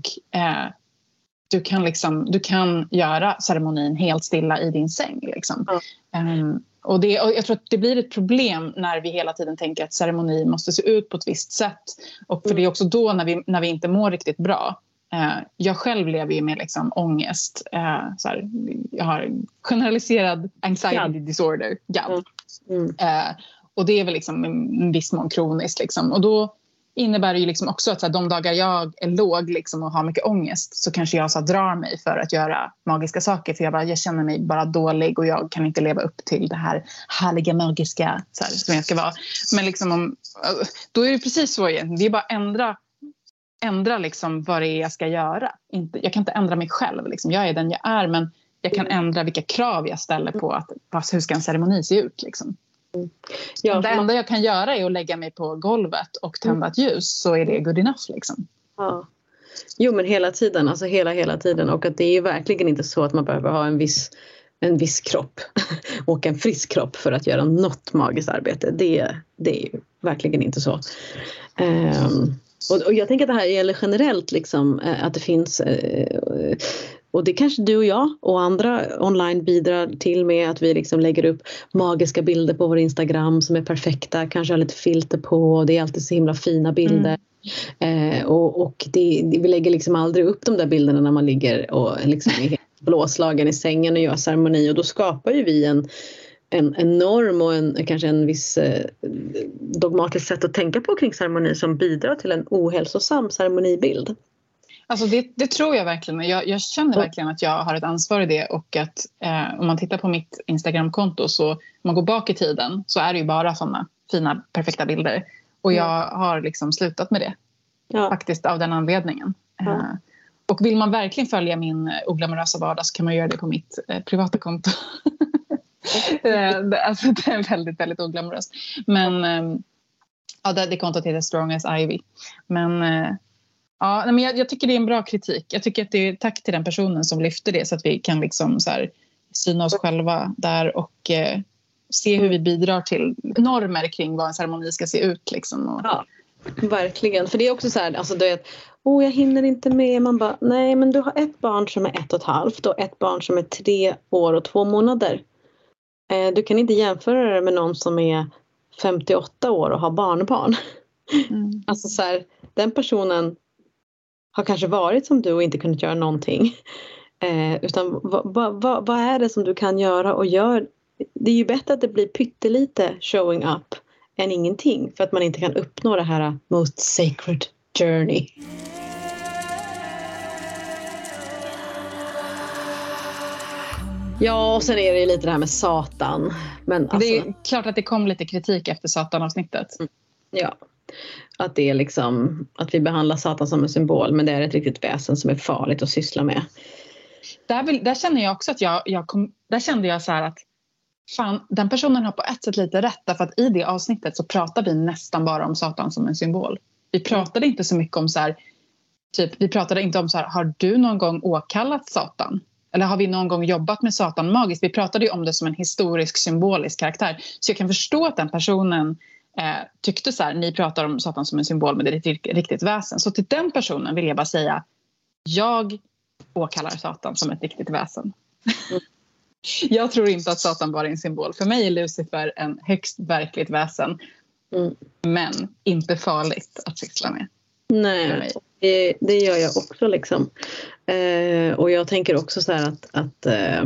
du kan göra ceremonin helt stilla i din säng liksom. Och jag tror att det blir ett problem när vi hela tiden tänker att ceremoni måste se ut på ett visst sätt, och för det är också då när vi inte mår riktigt bra. Jag själv lever ju med liksom ångest, så här, jag har generaliserad anxiety disorder, GAD. Och det är väl liksom en viss mån kroniskt liksom. Och då innebär det ju liksom också att så här, de dagar jag är låg liksom, och har mycket ångest, så kanske jag så här, drar mig för att göra magiska saker, för jag känner mig bara dålig och jag kan inte leva upp till det här härliga magiska så här, som jag ska vara. Men liksom då är det precis så igen. Det är bara ändra liksom vad det är jag ska göra. Jag kan inte ändra mig själv liksom. Jag är den jag är, men jag kan ändra vilka krav jag ställer på hur ska en ceremoni se ut liksom. Ja, det enda jag kan göra är att lägga mig på golvet och tända ett ljus, så är det good enough liksom. Ja. Jo, men hela tiden, alltså hela tiden, och att det är verkligen inte så att man behöver ha en viss kropp och en frisk kropp för att göra något magiskt arbete. Det är ju verkligen inte så. Och jag tänker att det här gäller generellt liksom, att det finns och det kanske du och jag och andra online bidrar till med, att vi liksom lägger upp magiska bilder på vår Instagram som är perfekta, kanske har lite filter på, det är alltid så himla fina bilder. Och vi lägger liksom aldrig upp de där bilderna när man ligger och liksom är helt blåslagen i sängen och gör ceremoni, och då skapar ju vi en norm och kanske en viss dogmatisk sätt att tänka på kring ceremoni som bidrar till en ohälsosam ceremonibild. Alltså det tror jag verkligen. Jag känner verkligen att jag har ett ansvar i det, och att om man tittar på mitt Instagramkonto, så om man går bak i tiden så är det ju bara sådana fina, perfekta bilder. Och jag har liksom slutat med det. Ja. Faktiskt av den anledningen. Ja. Och vill man verkligen följa min oglamorösa vardag så kan man göra det på mitt privata konto. Alltså det är väldigt, väldigt oglamoröst. Men det kontot heter Strong as Ivy. Men jag tycker det är en bra kritik. Jag tycker att det är tack till den personen som lyfter det så att vi kan liksom så här syna oss själva där och se hur vi bidrar till normer kring vad en ceremoni ska se ut liksom. Och... Ja, verkligen. För det är också så här, alltså jag hinner inte med. Man bara, nej men du har ett barn som är 1,5 och ett barn som är 3 år och 2 månader. Du kan inte jämföra det med någon som är 58 år och har barnbarn. Alltså så här, den personen har kanske varit som du och inte kunnat göra någonting. Utan vad är det som du kan göra och gör? Det är ju bättre att det blir pyttelite showing up än ingenting. För att man inte kan uppnå det här most sacred journey. Ja, och sen är det ju lite det här med Satan. Men alltså, det är klart att det kom lite kritik efter Satan-avsnittet. Ja, att det är liksom att vi behandlar Satan som en symbol, men det är ett riktigt väsen som är farligt att syssla med. Där känner jag också att där kände jag så här att fan, den personen har på ett sätt lite rätt, därför att i det avsnittet så pratar vi nästan bara om Satan som en symbol. Vi pratade inte så mycket om så här, typ, vi pratade inte om så här, har du någon gång åkallat Satan? Eller har vi någon gång jobbat med Satan magiskt? Vi pratade ju om det som en historisk, symbolisk karaktär. Så jag kan förstå att den personen tyckte så här, ni pratar om Satan som en symbol, men det är ett riktigt väsen. Så till den personen vill jag bara säga, jag åkallar Satan som ett riktigt väsen. Jag tror inte att Satan bara är en symbol. För mig är Lucifer en högst verkligt väsen. Men inte farligt att syssla med. Nej, det gör jag också liksom. Och jag tänker också så här att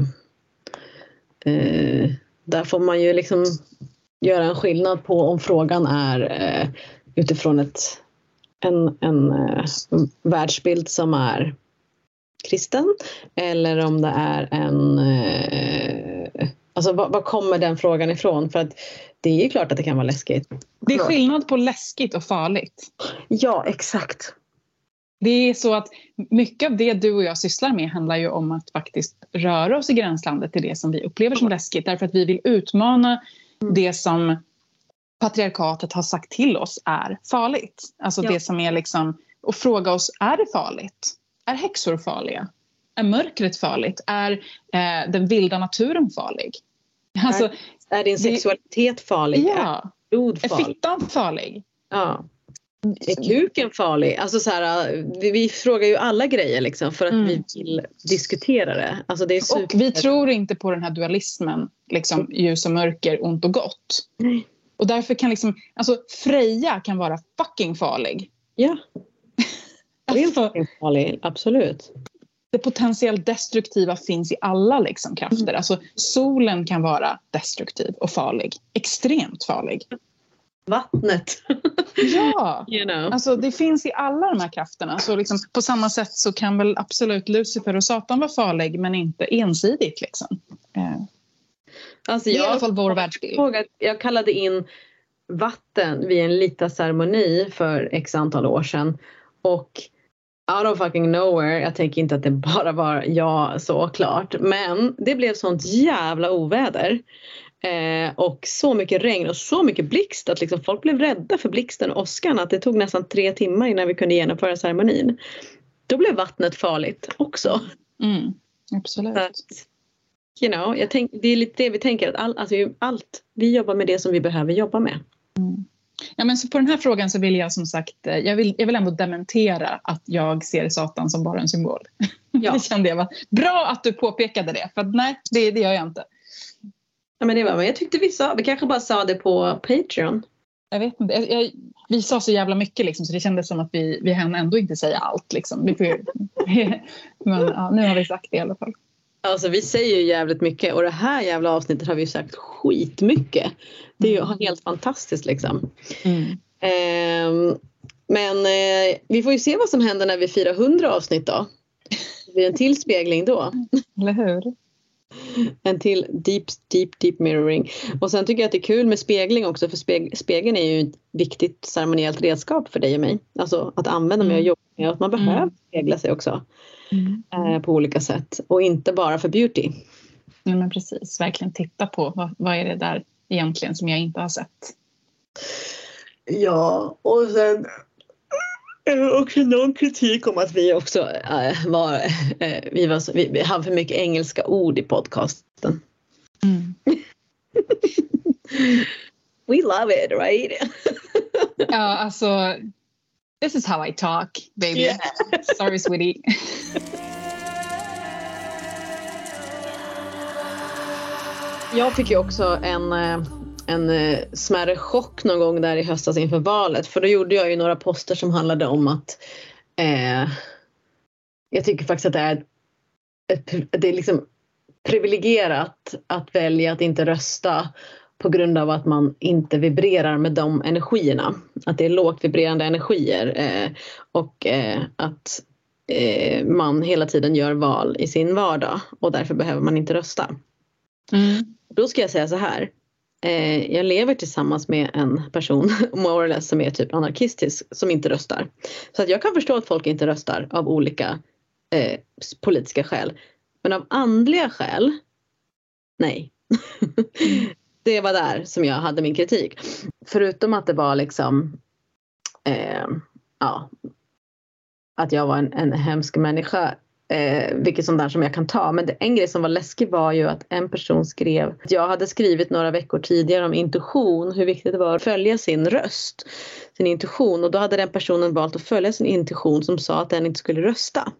där får man ju liksom göra en skillnad på om frågan är utifrån en världsbild som är kristen, eller om det är alltså var kommer den frågan ifrån? För att det är ju klart att det kan vara läskigt. Det är skillnad på läskigt och farligt. Ja, exakt. Det är så att mycket av det du och jag sysslar med handlar ju om att faktiskt röra oss i gränslandet till det som vi upplever som läskigt. Därför att vi vill utmana det som patriarkatet har sagt till oss är farligt. Alltså det som är liksom, och fråga oss, är det farligt? Är häxor farliga? Är mörkret farligt? Är den vilda naturen farlig? Alltså, är din sexualitet farlig? Ja. Är fittan farlig? Ja. Är kuken farlig? Alltså så här, vi frågar ju alla grejer liksom för att vi vill diskutera det. Alltså det är och vi tror inte på den här dualismen, liksom ljus och mörker, ont och gott. Nej. Och därför kan liksom, alltså Freja kan vara fucking farlig. Ja. Det är fucking farlig, absolut. Det potentiellt destruktiva finns i alla liksom krafter. Alltså solen kan vara destruktiv och farlig. Extremt farlig. Vattnet. Ja, you know. Alltså det finns i alla de här krafterna. Så liksom, på samma sätt så kan väl absolut Lucifer och Satan vara farlig, men inte ensidigt liksom. Alltså det är i alla fall vår världsbild. Jag kallade in vatten vid en liten ceremoni för x antal år sedan. Och out of fucking nowhere, jag tänker inte att det bara var såklart. Men det blev sånt jävla oväder. Och så mycket regn och så mycket blixt att liksom folk blev rädda för blixten och åskan, att det tog nästan 3 timmar innan vi kunde genomföra ceremonin. Då blev vattnet farligt också. Absolut. Så att, you know, det är lite det vi tänker, att vi jobbar med det som vi behöver jobba med. Ja, men så på den här frågan så vill jag som sagt, jag vill ändå dementera att jag ser Satan som bara en symbol. Ja. Det kände jag var bra att du påpekade det, för att nej, det gör jag inte. Ja, men jag tyckte vi kanske bara sa det på Patreon. Jag vet inte, vi sa så jävla mycket liksom, så det kändes som att vi hann ändå inte säga allt liksom. Men ja, nu har vi sagt det i alla fall. Alltså vi säger ju jävligt mycket, och det här jävla avsnittet har vi sagt skitmycket. Det är ju helt fantastiskt liksom. Men vi får ju se vad som händer när vi firar 100 avsnitt då. Det blir en till spegling då. Eller hur? En till deep mirroring. Och sen tycker jag att det är kul med spegling också. För spegeln är ju ett viktigt ceremoniellt redskap för dig och mig. Alltså att använda med och jobba med. Att man behöver spegla sig också. På olika sätt. Och inte bara för beauty. Ja, men precis. Verkligen titta på vad är det där egentligen som jag inte har sett. Ja, och sen också någon kritik om att vi också vi hade för mycket engelska ord i podcasten. We love it, right? Ja, alltså this is how I talk, baby. Yeah. Sorry, sweetie. Jag fick ju också en smärre chock någon gång där i höstas inför valet. För då gjorde jag ju några poster som handlade om att jag tycker faktiskt att det är liksom privilegierat att välja att inte rösta på grund av att man inte vibrerar med de energierna. Att det är lågt vibrerande energier och att man hela tiden gör val i sin vardag och därför behöver man inte rösta. Då ska jag säga så här. Jag lever tillsammans med en person more or less, som är typ anarkistisk, som inte röstar. Så att jag kan förstå att folk inte röstar av olika politiska skäl. Men av andliga skäl, nej. Det var där som jag hade min kritik. Förutom att det var liksom att jag var en hemsk människa. Vilket sånt där som jag kan ta. Men en grej som var läskig var ju att en person skrev att jag hade skrivit några veckor tidigare om intuition, hur viktigt det var att följa sin röst, sin intuition, och då hade den personen valt att följa sin intuition som sa att den inte skulle rösta.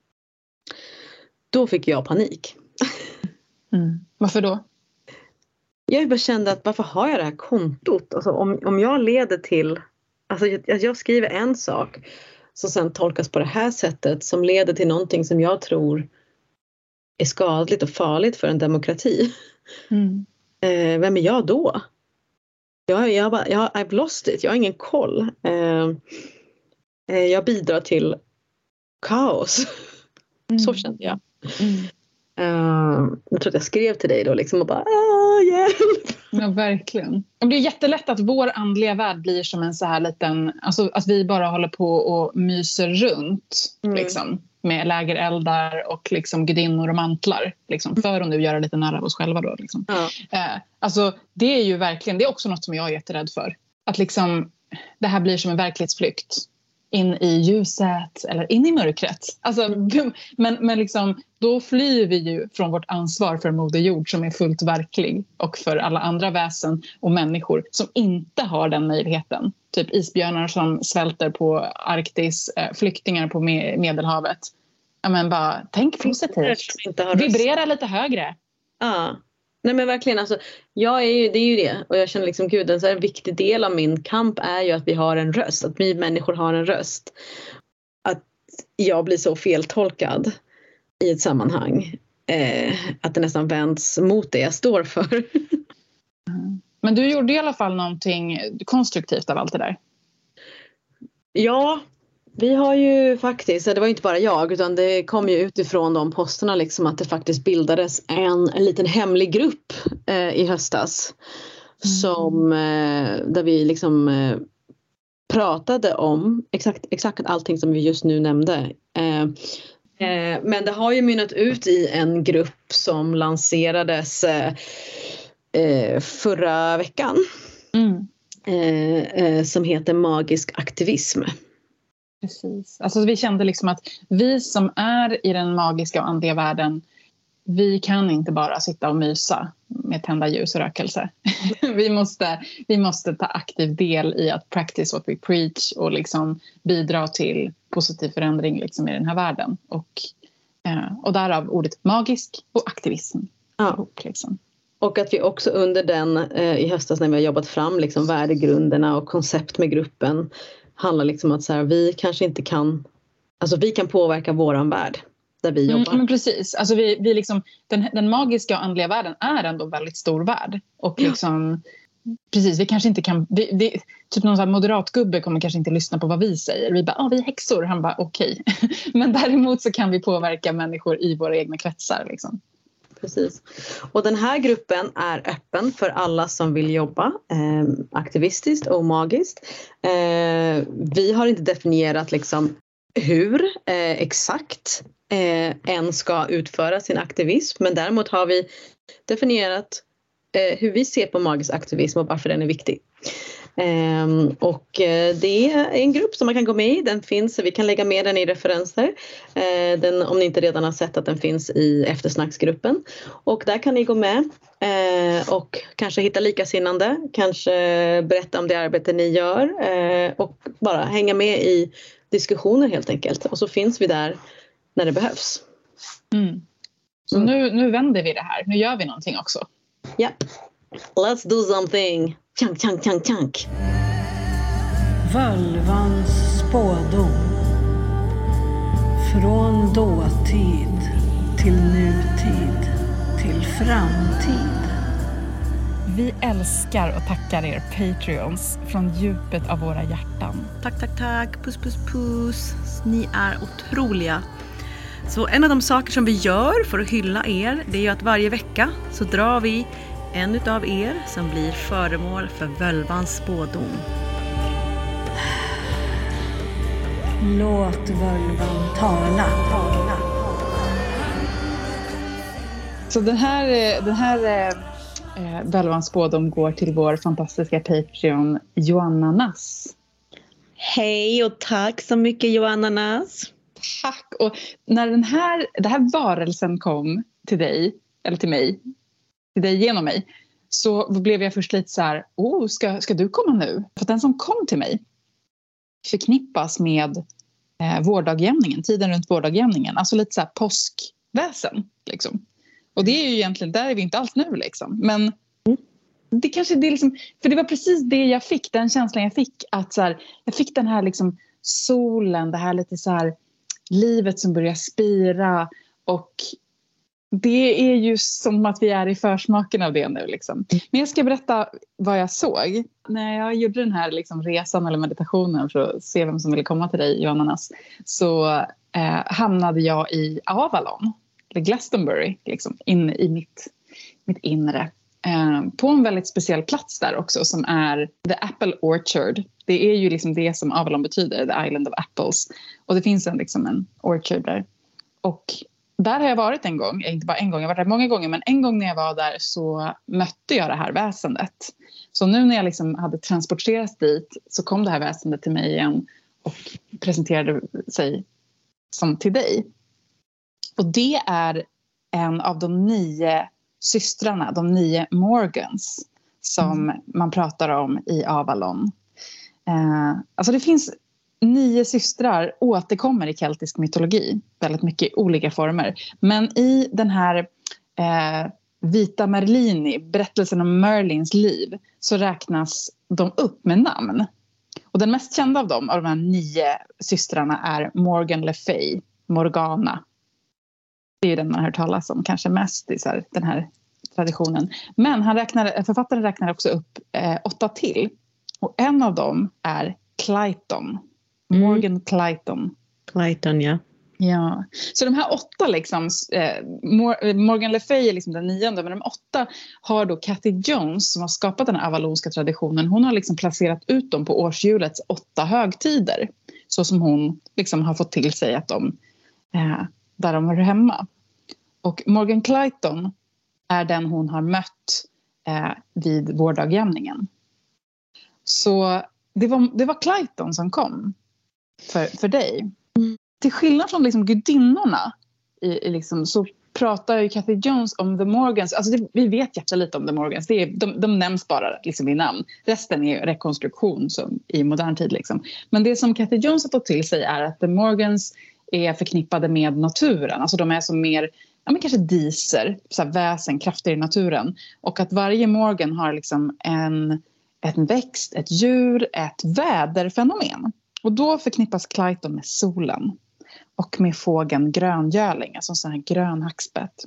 Då fick jag panik. Varför då? Jag bara kände att varför har jag det här kontot? Alltså om jag leder till, alltså jag skriver en sak som sen tolkas på det här sättet, som leder till någonting som jag tror är skadligt och farligt för en demokrati. Vem är jag då? I've lost it. Jag har ingen koll. Jag bidrar till kaos. Så kände jag. Jag tror att jag skrev till dig då liksom och bara hjälp. Ja, verkligen. Och det är jättelätt att vår andliga värld blir som en så här liten, alltså att vi bara håller på och myser runt liksom, med lägereldar och liksom gudinnor och mantlar liksom, för att nu göra lite nära av oss själva då liksom. Alltså det är ju verkligen, det är också något som jag är jätterädd för, att liksom det här blir som en verklighetsflykt in i ljuset eller in i mörkret. Alltså, men liksom, då flyr vi ju från vårt ansvar för Moder Jord som är fullt verklig, och för alla andra väsen och människor som inte har den möjligheten. Typ isbjörnar som svälter på Arktis, flyktingar på Medelhavet. Ja, men bara tänk positivt. Vibrera lite högre. Ja. Nej men verkligen, alltså, det är ju det. Och jag känner liksom, gud, en viktig del av min kamp är ju att vi har en röst. Att vi människor har en röst. Att jag blir så feltolkad i ett sammanhang. Att det nästan vänds mot det jag står för. Men du gjorde i alla fall någonting konstruktivt av allt det där. Ja, vi har ju faktiskt, det var inte bara jag utan det kom ju utifrån de posterna liksom, att det faktiskt bildades en liten hemlig grupp i höstas som där vi liksom pratade om exakt allting som vi just nu nämnde. Men det har ju mynnat ut i en grupp som lanserades förra veckan som heter Magisk aktivism. Precis. Alltså vi kände liksom att vi som är i den magiska och andliga världen, vi kan inte bara sitta och mysa med tända ljus och rökelse. vi måste ta aktiv del i att practice what we preach och liksom bidra till positiv förändring liksom i den här världen. Och därav ordet magisk och aktivism. Ja. Liksom. Och att vi också under den i höstas när vi har jobbat fram liksom värdegrunderna och koncept med gruppen handlar liksom att så här, vi kanske inte kan, alltså vi kan påverka våran värld där vi jobbar. Men precis, alltså vi liksom, den magiska och andliga världen är ändå väldigt stor värld. Och liksom, precis, vi kanske inte kan, typ någon sån här moderatgubbe kommer kanske inte lyssna på vad vi säger. Vi bara, vi är häxor. Han bara, okej. Men däremot så kan vi påverka människor i våra egna kretsar liksom. Precis. Och den här gruppen är öppen för alla som vill jobba aktivistiskt och magiskt. Vi har inte definierat liksom hur exakt en ska utföra sin aktivism, men däremot har vi definierat hur vi ser på magisk aktivism och varför den är viktig. Och det är en grupp som man kan gå med i. Den finns, vi kan lägga med den i referenser. Om ni inte redan har sett att den finns i eftersnacksgruppen. Och där kan ni gå med och kanske hitta likasinnande. Kanske berätta om det arbete ni gör. Och bara hänga med i diskussioner helt enkelt. Och så finns vi där när det behövs. Så nu vänder vi det här. Nu gör vi någonting också. Ja. Let's do something. Tjank, tjank, tjank, tjank. Völvans spådom. Från dåtid till nutid till framtid. Vi älskar och tackar er Patreons från djupet av våra hjärtan. Tack, tack, tack. Puss, puss, puss. Ni är otroliga. Så en av de saker som vi gör för att hylla er, det är ju att varje vecka så drar vi en utav er som blir föremål för völvans spådom. Låt völvan tala. Så den här völvans spådom går till vår fantastiska Patreon Joanna Nass. Hej och tack så mycket Joanna Nass. Tack. Och när det här varelsen kom till dig, eller till mig, till dig genom mig, så blev jag först lite så här, ska du komma nu? För den som kom till mig förknippas med vårdagjämningen, tiden runt vårdagjämningen. Alltså lite så här påskväsen liksom. Och det är ju egentligen, där är vi inte alls nu liksom. Men det kanske det liksom, för det var precis det jag fick, den känslan jag fick. Att så här, jag fick den här liksom solen, det här lite så här livet som börjar spira. Och det är ju som att vi är i försmaken av det nu liksom. Men jag ska berätta vad jag såg. När jag gjorde den här liksom resan eller meditationen för att se vem som ville komma till dig, Joanna Nass, så hamnade jag i Avalon, eller Glastonbury, liksom, in i mitt inre. På en väldigt speciell plats där också, som är The Apple Orchard. Det är ju liksom det som Avalon betyder, The Island of Apples. Och det finns en orchard där. Och där har jag varit en gång, inte bara en gång, jag har varit där många gånger, men en gång när jag var där så mötte jag det här väsendet. Så nu när jag liksom hade transporterats dit så kom det här väsendet till mig igen och presenterade sig som till dig. Och det är en av de 9 systrarna, de 9 Morgans som man pratar om i Avalon. Alltså det finns 9 systrar, återkommer i keltisk mytologi väldigt mycket i olika former. Men i den här Vita Merlini, berättelsen om Merlins liv, så räknas de upp med namn. Och den mest kända av dem, av de här 9 systrarna, är Morgan Le Fay, Morgana. Det är den man har hört talas om kanske mest i så här, den här traditionen. Men författaren räknar också upp 8 till. Och en av dem är Clayton. Morgan Clayton. Clayton, ja. Ja. Så de här 8 liksom, Morgan Le Fay är liksom den 9:e, men de 8 har då Cathy Jones som har skapat den här avalonska traditionen. Hon har liksom placerat ut dem på årshjulets 8 högtider. Så som hon liksom har fått till sig att där de hör hemma. Och Morgan Clayton är den hon har mött vid vårdagjämningen. Så det var Clayton som kom för dig. Till skillnad från liksom gudinnorna liksom, så pratar ju Cathy Jones om The Morgans. Alltså vi vet jättelite om The Morgans. De nämns bara liksom i namn. Resten är rekonstruktion som i modern tid. Liksom. Men det som Cathy Jones har fått till sig är att The Morgans är förknippade med naturen. Alltså de är som mer, men kanske diser, så här väsen, krafter i naturen. Och att varje Morgan har liksom en växt, ett djur, ett väderfenomen. Och då förknippas Clayton med solen. Och med fågeln gröngöling, alltså en sån här grön hackspett.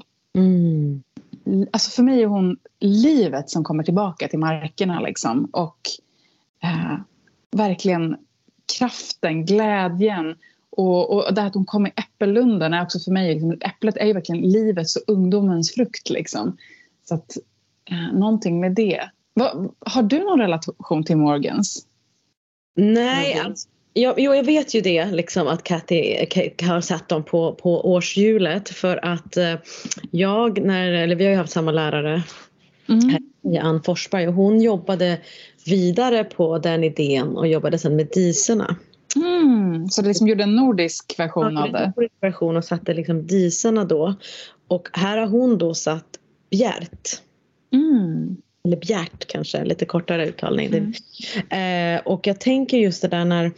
Alltså för mig är hon livet som kommer tillbaka till markerna liksom. Och verkligen kraften, glädjen Och det här att hon kom i Äppellunden är också för mig, liksom, äpplet är ju verkligen livets och ungdomens frukt liksom. Så att någonting med det. Har du någon relation till Morgans? Nej, alltså, jag vet ju det liksom, att Katty har satt dem på årshjulet för att vi har ju haft samma lärare Ann Forsberg, och hon jobbade vidare på den idén och jobbade sedan med diserna. Så det liksom gjorde en nordisk version av det? En nordisk version och satte liksom diserna då. Och här har hon då satt Bjärt. Eller Bjärt kanske, lite kortare uttalning. Och jag tänker just det där när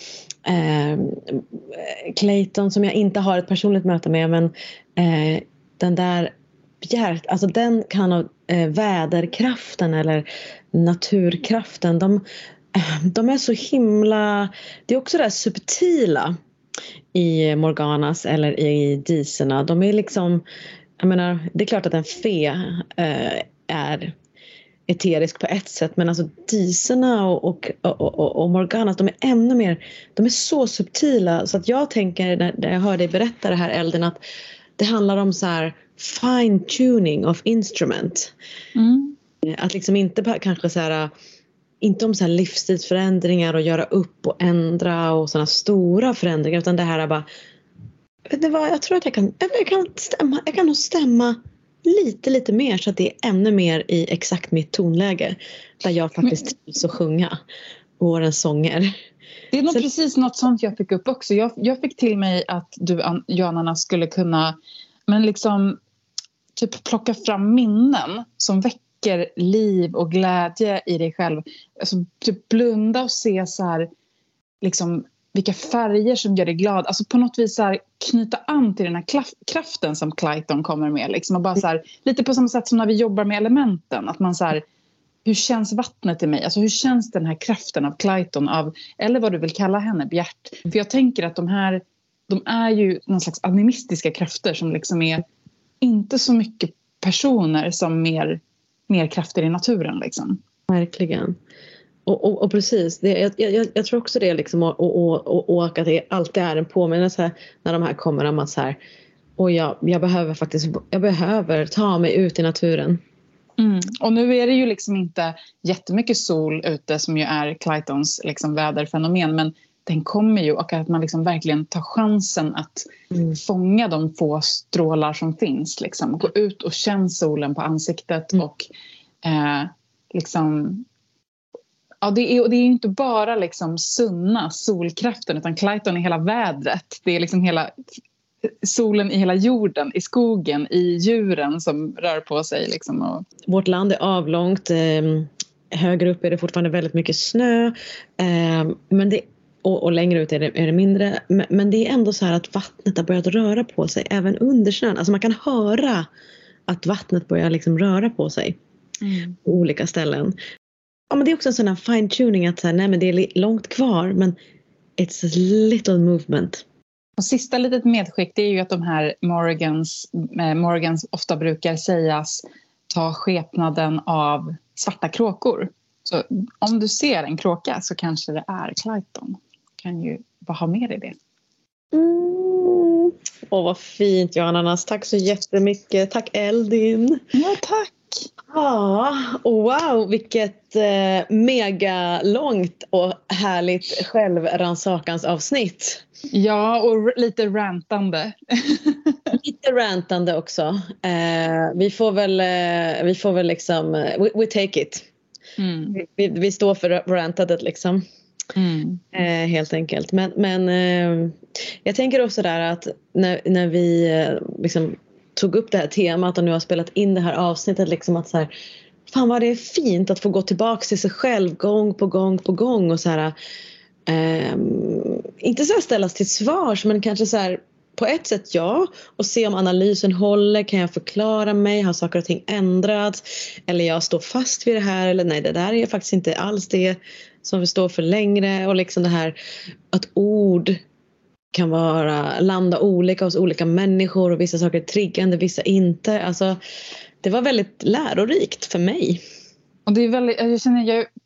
Clayton, som jag inte har ett personligt möte med, men den där Bjärt, alltså den kan ha väderkraften eller naturkraften. De är så himla, det är också det subtila i Morganas eller i diserna. De är liksom, jag menar, det är klart att en fe är eterisk på ett sätt, men alltså diserna och Morganas, de är ännu mer, de är så subtila, så att jag tänker när jag hör dig berätta det här, Eldin, att det handlar om så här fine tuning of instrument. Att liksom inte kanske så här, inte om så här livsstilsförändringar och göra upp och ändra och sådana stora förändringar, utan det här är bara, jag tror att jag kan nog stämma lite mer, så att det är ännu mer i exakt mitt tonläge där jag faktiskt trivs att sjunga vårens sånger. Det är nog precis något sånt jag fick upp också. Jag fick till mig att du, Johanna, skulle kunna, men liksom typ plocka fram minnen som väcker liv och glädje i dig själv. Alltså typ blunda och se så här, liksom vilka färger som gör dig glad. Alltså på något vis så här, knyta an till den här kraften som Clayton kommer med. Liksom. Och bara så här, lite på samma sätt som när vi jobbar med elementen. Att man så här, hur känns vattnet i mig? Alltså hur känns den här kraften av Clayton? Eller vad du vill kalla henne, Bjärt. För jag tänker att de är ju någon slags animistiska krafter som liksom är inte så mycket personer som mer krafter i naturen. Liksom. Verkligen. Och precis, jag tror också det liksom, och att det alltid är en påminnelse när de här kommer om att så här, och jag behöver ta mig ut i naturen. Och nu är det ju liksom inte jättemycket sol ute som ju är Claytons liksom väderfenomen, men den kommer ju, och att man liksom verkligen tar chansen att fånga de få strålar som finns liksom, och gå ut och känna solen på ansiktet och liksom. Ja, det är ju inte bara liksom sunna solkraften, utan Clayton är hela vädret. Det är liksom hela solen i hela jorden, i skogen, i djuren som rör på sig. Liksom. Och vårt land är avlångt. Högre upp är det fortfarande väldigt mycket snö. Men och längre ut är det mindre. Men det är ändå så här att vattnet har börjat röra på sig även under snön. Alltså man kan höra att vattnet börjar liksom röra på sig på olika ställen. Ja, men det är också en sån här fine tuning att säga, nej men det är långt kvar, men it's a little movement. Och sista litet medskick, det är ju att de här Morgans ofta brukar sägas ta skepnaden av svarta kråkor. Så om du ser en kråka så kanske det är Clayton. Kan ju bara ha med dig det. Vad fint, Johannas. Tack så jättemycket. Tack Eldin. Ja, tack. Ja, wow, vilket mega långt och härligt självransakans avsnitt. Ja, och lite rantande. Lite rantande också. Vi får väl liksom, we take it. Vi står för rantadet liksom. Helt enkelt. Men jag tänker också där att när vi liksom tog upp det här temat och nu har spelat in det här avsnittet liksom, att så här, fan vad det är fint att få gå tillbaka till sig själv gång på gång och så här, inte så här ställas till svars, men kanske så här på ett sätt ja, och se om analysen håller, kan jag förklara mig, har saker och ting ändrats, eller jag står fast vid det här, eller nej, det där är faktiskt inte alls det som vi står för längre, och liksom det här att ord kan landa olika hos olika människor, och vissa saker är triggande, vissa inte. Alltså, det var väldigt lärorikt för mig. Och det är väldigt, jag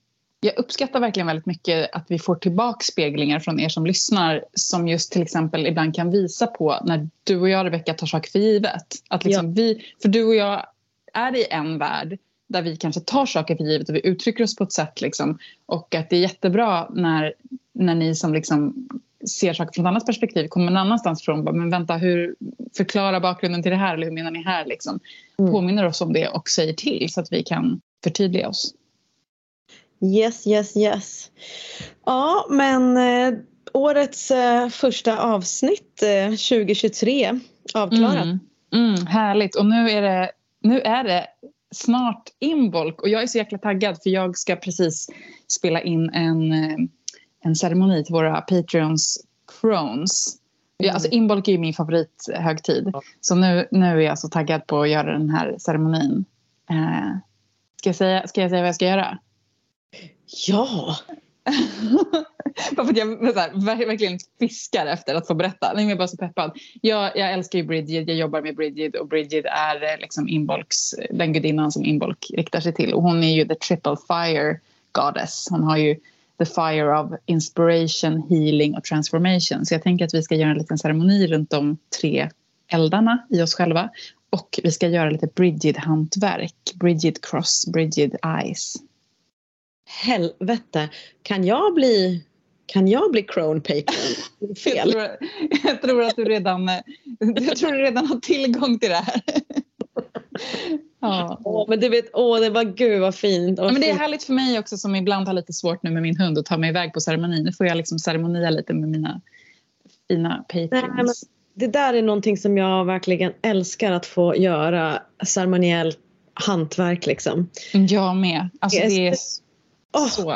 Jag uppskattar verkligen väldigt mycket att vi får tillbaka speglingar från er som lyssnar, som just till exempel ibland kan visa på när du och jag, Rebecca, tar saker för givet. Att liksom för du och jag är i en värld där vi kanske tar saker för givet och vi uttrycker oss på ett sätt liksom, och att det är jättebra när ni som liksom ser saker från ett annat perspektiv kommer någon annanstans från, men vänta, hur förklara bakgrunden till det här, eller hur menar ni här liksom, påminner oss om det och säger till så att vi kan förtydliga oss. Yes. Ja, men årets första avsnitt 2023 avklarat. Härligt. Och nu är det snart inbolk och jag är så jäkla taggad för jag ska precis spela in en ceremoni till våra Patreons Crones. Alltså inbolk är ju min favorithögtid. Så nu är jag så taggad på att göra den här ceremonin. Ska jag säga vad jag ska göra? Ja! Bara för att jag så här, verkligen fiskar efter att få berätta. Nej, jag är bara så peppad. Jag älskar ju Bridget, jag jobbar med Bridget och Bridget är liksom inbolks, den gudinnan som inbolk riktar sig till. Och hon är ju the triple fire goddess. Hon har ju the fire of inspiration, healing och transformation. Så jag tänker att vi ska göra en liten ceremoni runt de 3 eldarna i oss själva. Och vi ska göra lite Bridget-hantverk. Bridget cross, Bridget eyes. Helvete, kan jag bli Crone Patreon? Fel. Jag tror att du redan har tillgång till det här. Ja. Men du vet, det var gud vad fint. Men det är härligt för mig också som ibland har lite svårt nu med min hund att ta mig iväg på ceremonin. Nu får jag liksom ceremonia lite med mina fina Patreons. Det där är någonting som jag verkligen älskar att få göra, ceremoniellt hantverk liksom. Jag med. Alltså det är så.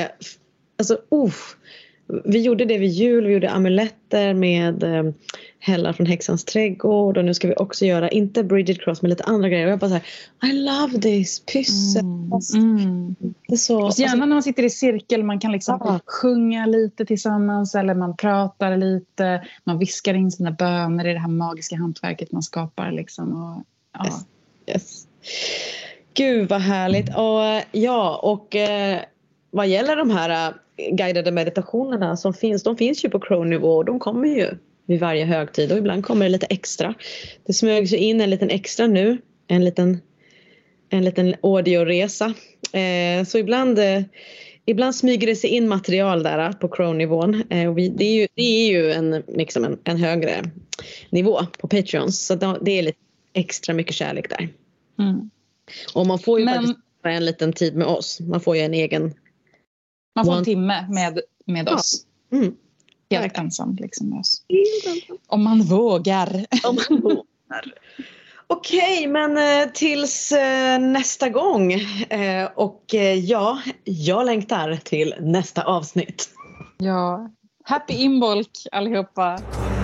Vi gjorde det vid jul, vi gjorde amuletter med hällar från häxans trädgård och nu ska vi också göra, inte Bridget Cross men lite andra grejer och jag bara såhär, I love this, pyssel. Det är så, och så gärna när man sitter i cirkel, man kan liksom sjunga lite tillsammans eller man pratar lite, man viskar in sina böner i det här magiska hantverket man skapar liksom. Och, yes. Gud vad härligt. Och vad gäller de här guidade meditationerna som finns, de finns ju på Crone-nivå och de kommer ju vid varje högtid och ibland kommer det lite extra. Det smög sig in en liten extra nu, en liten audioresa. Så ibland smyger det sig in material där på Crone-nivån. Det är ju en högre nivå på Patreons, så det är lite extra mycket kärlek där. Och man får ju faktiskt en liten tid med oss. Man får ju en egen... Man får en timme med oss. Helt ensam liksom med oss. Om man vågar. Okej, men tills nästa gång. Jag längtar till nästa avsnitt. Ja, happy inbolk allihopa.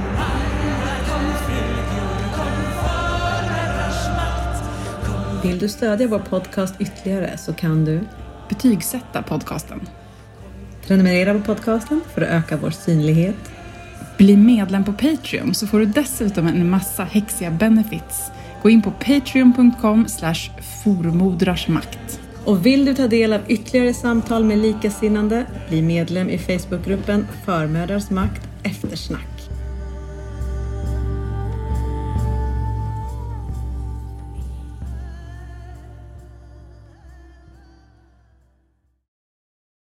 Vill du stödja vår podcast ytterligare så kan du betygsätta podcasten. Prenumerera på podcasten för att öka vår synlighet. Bli medlem på Patreon så får du dessutom en massa häxiga benefits. Gå in på patreon.com/formodrarsmakt. Och vill du ta del av ytterligare samtal med likasinnande, bli medlem i Facebookgruppen Förmödrars makt eftersnack.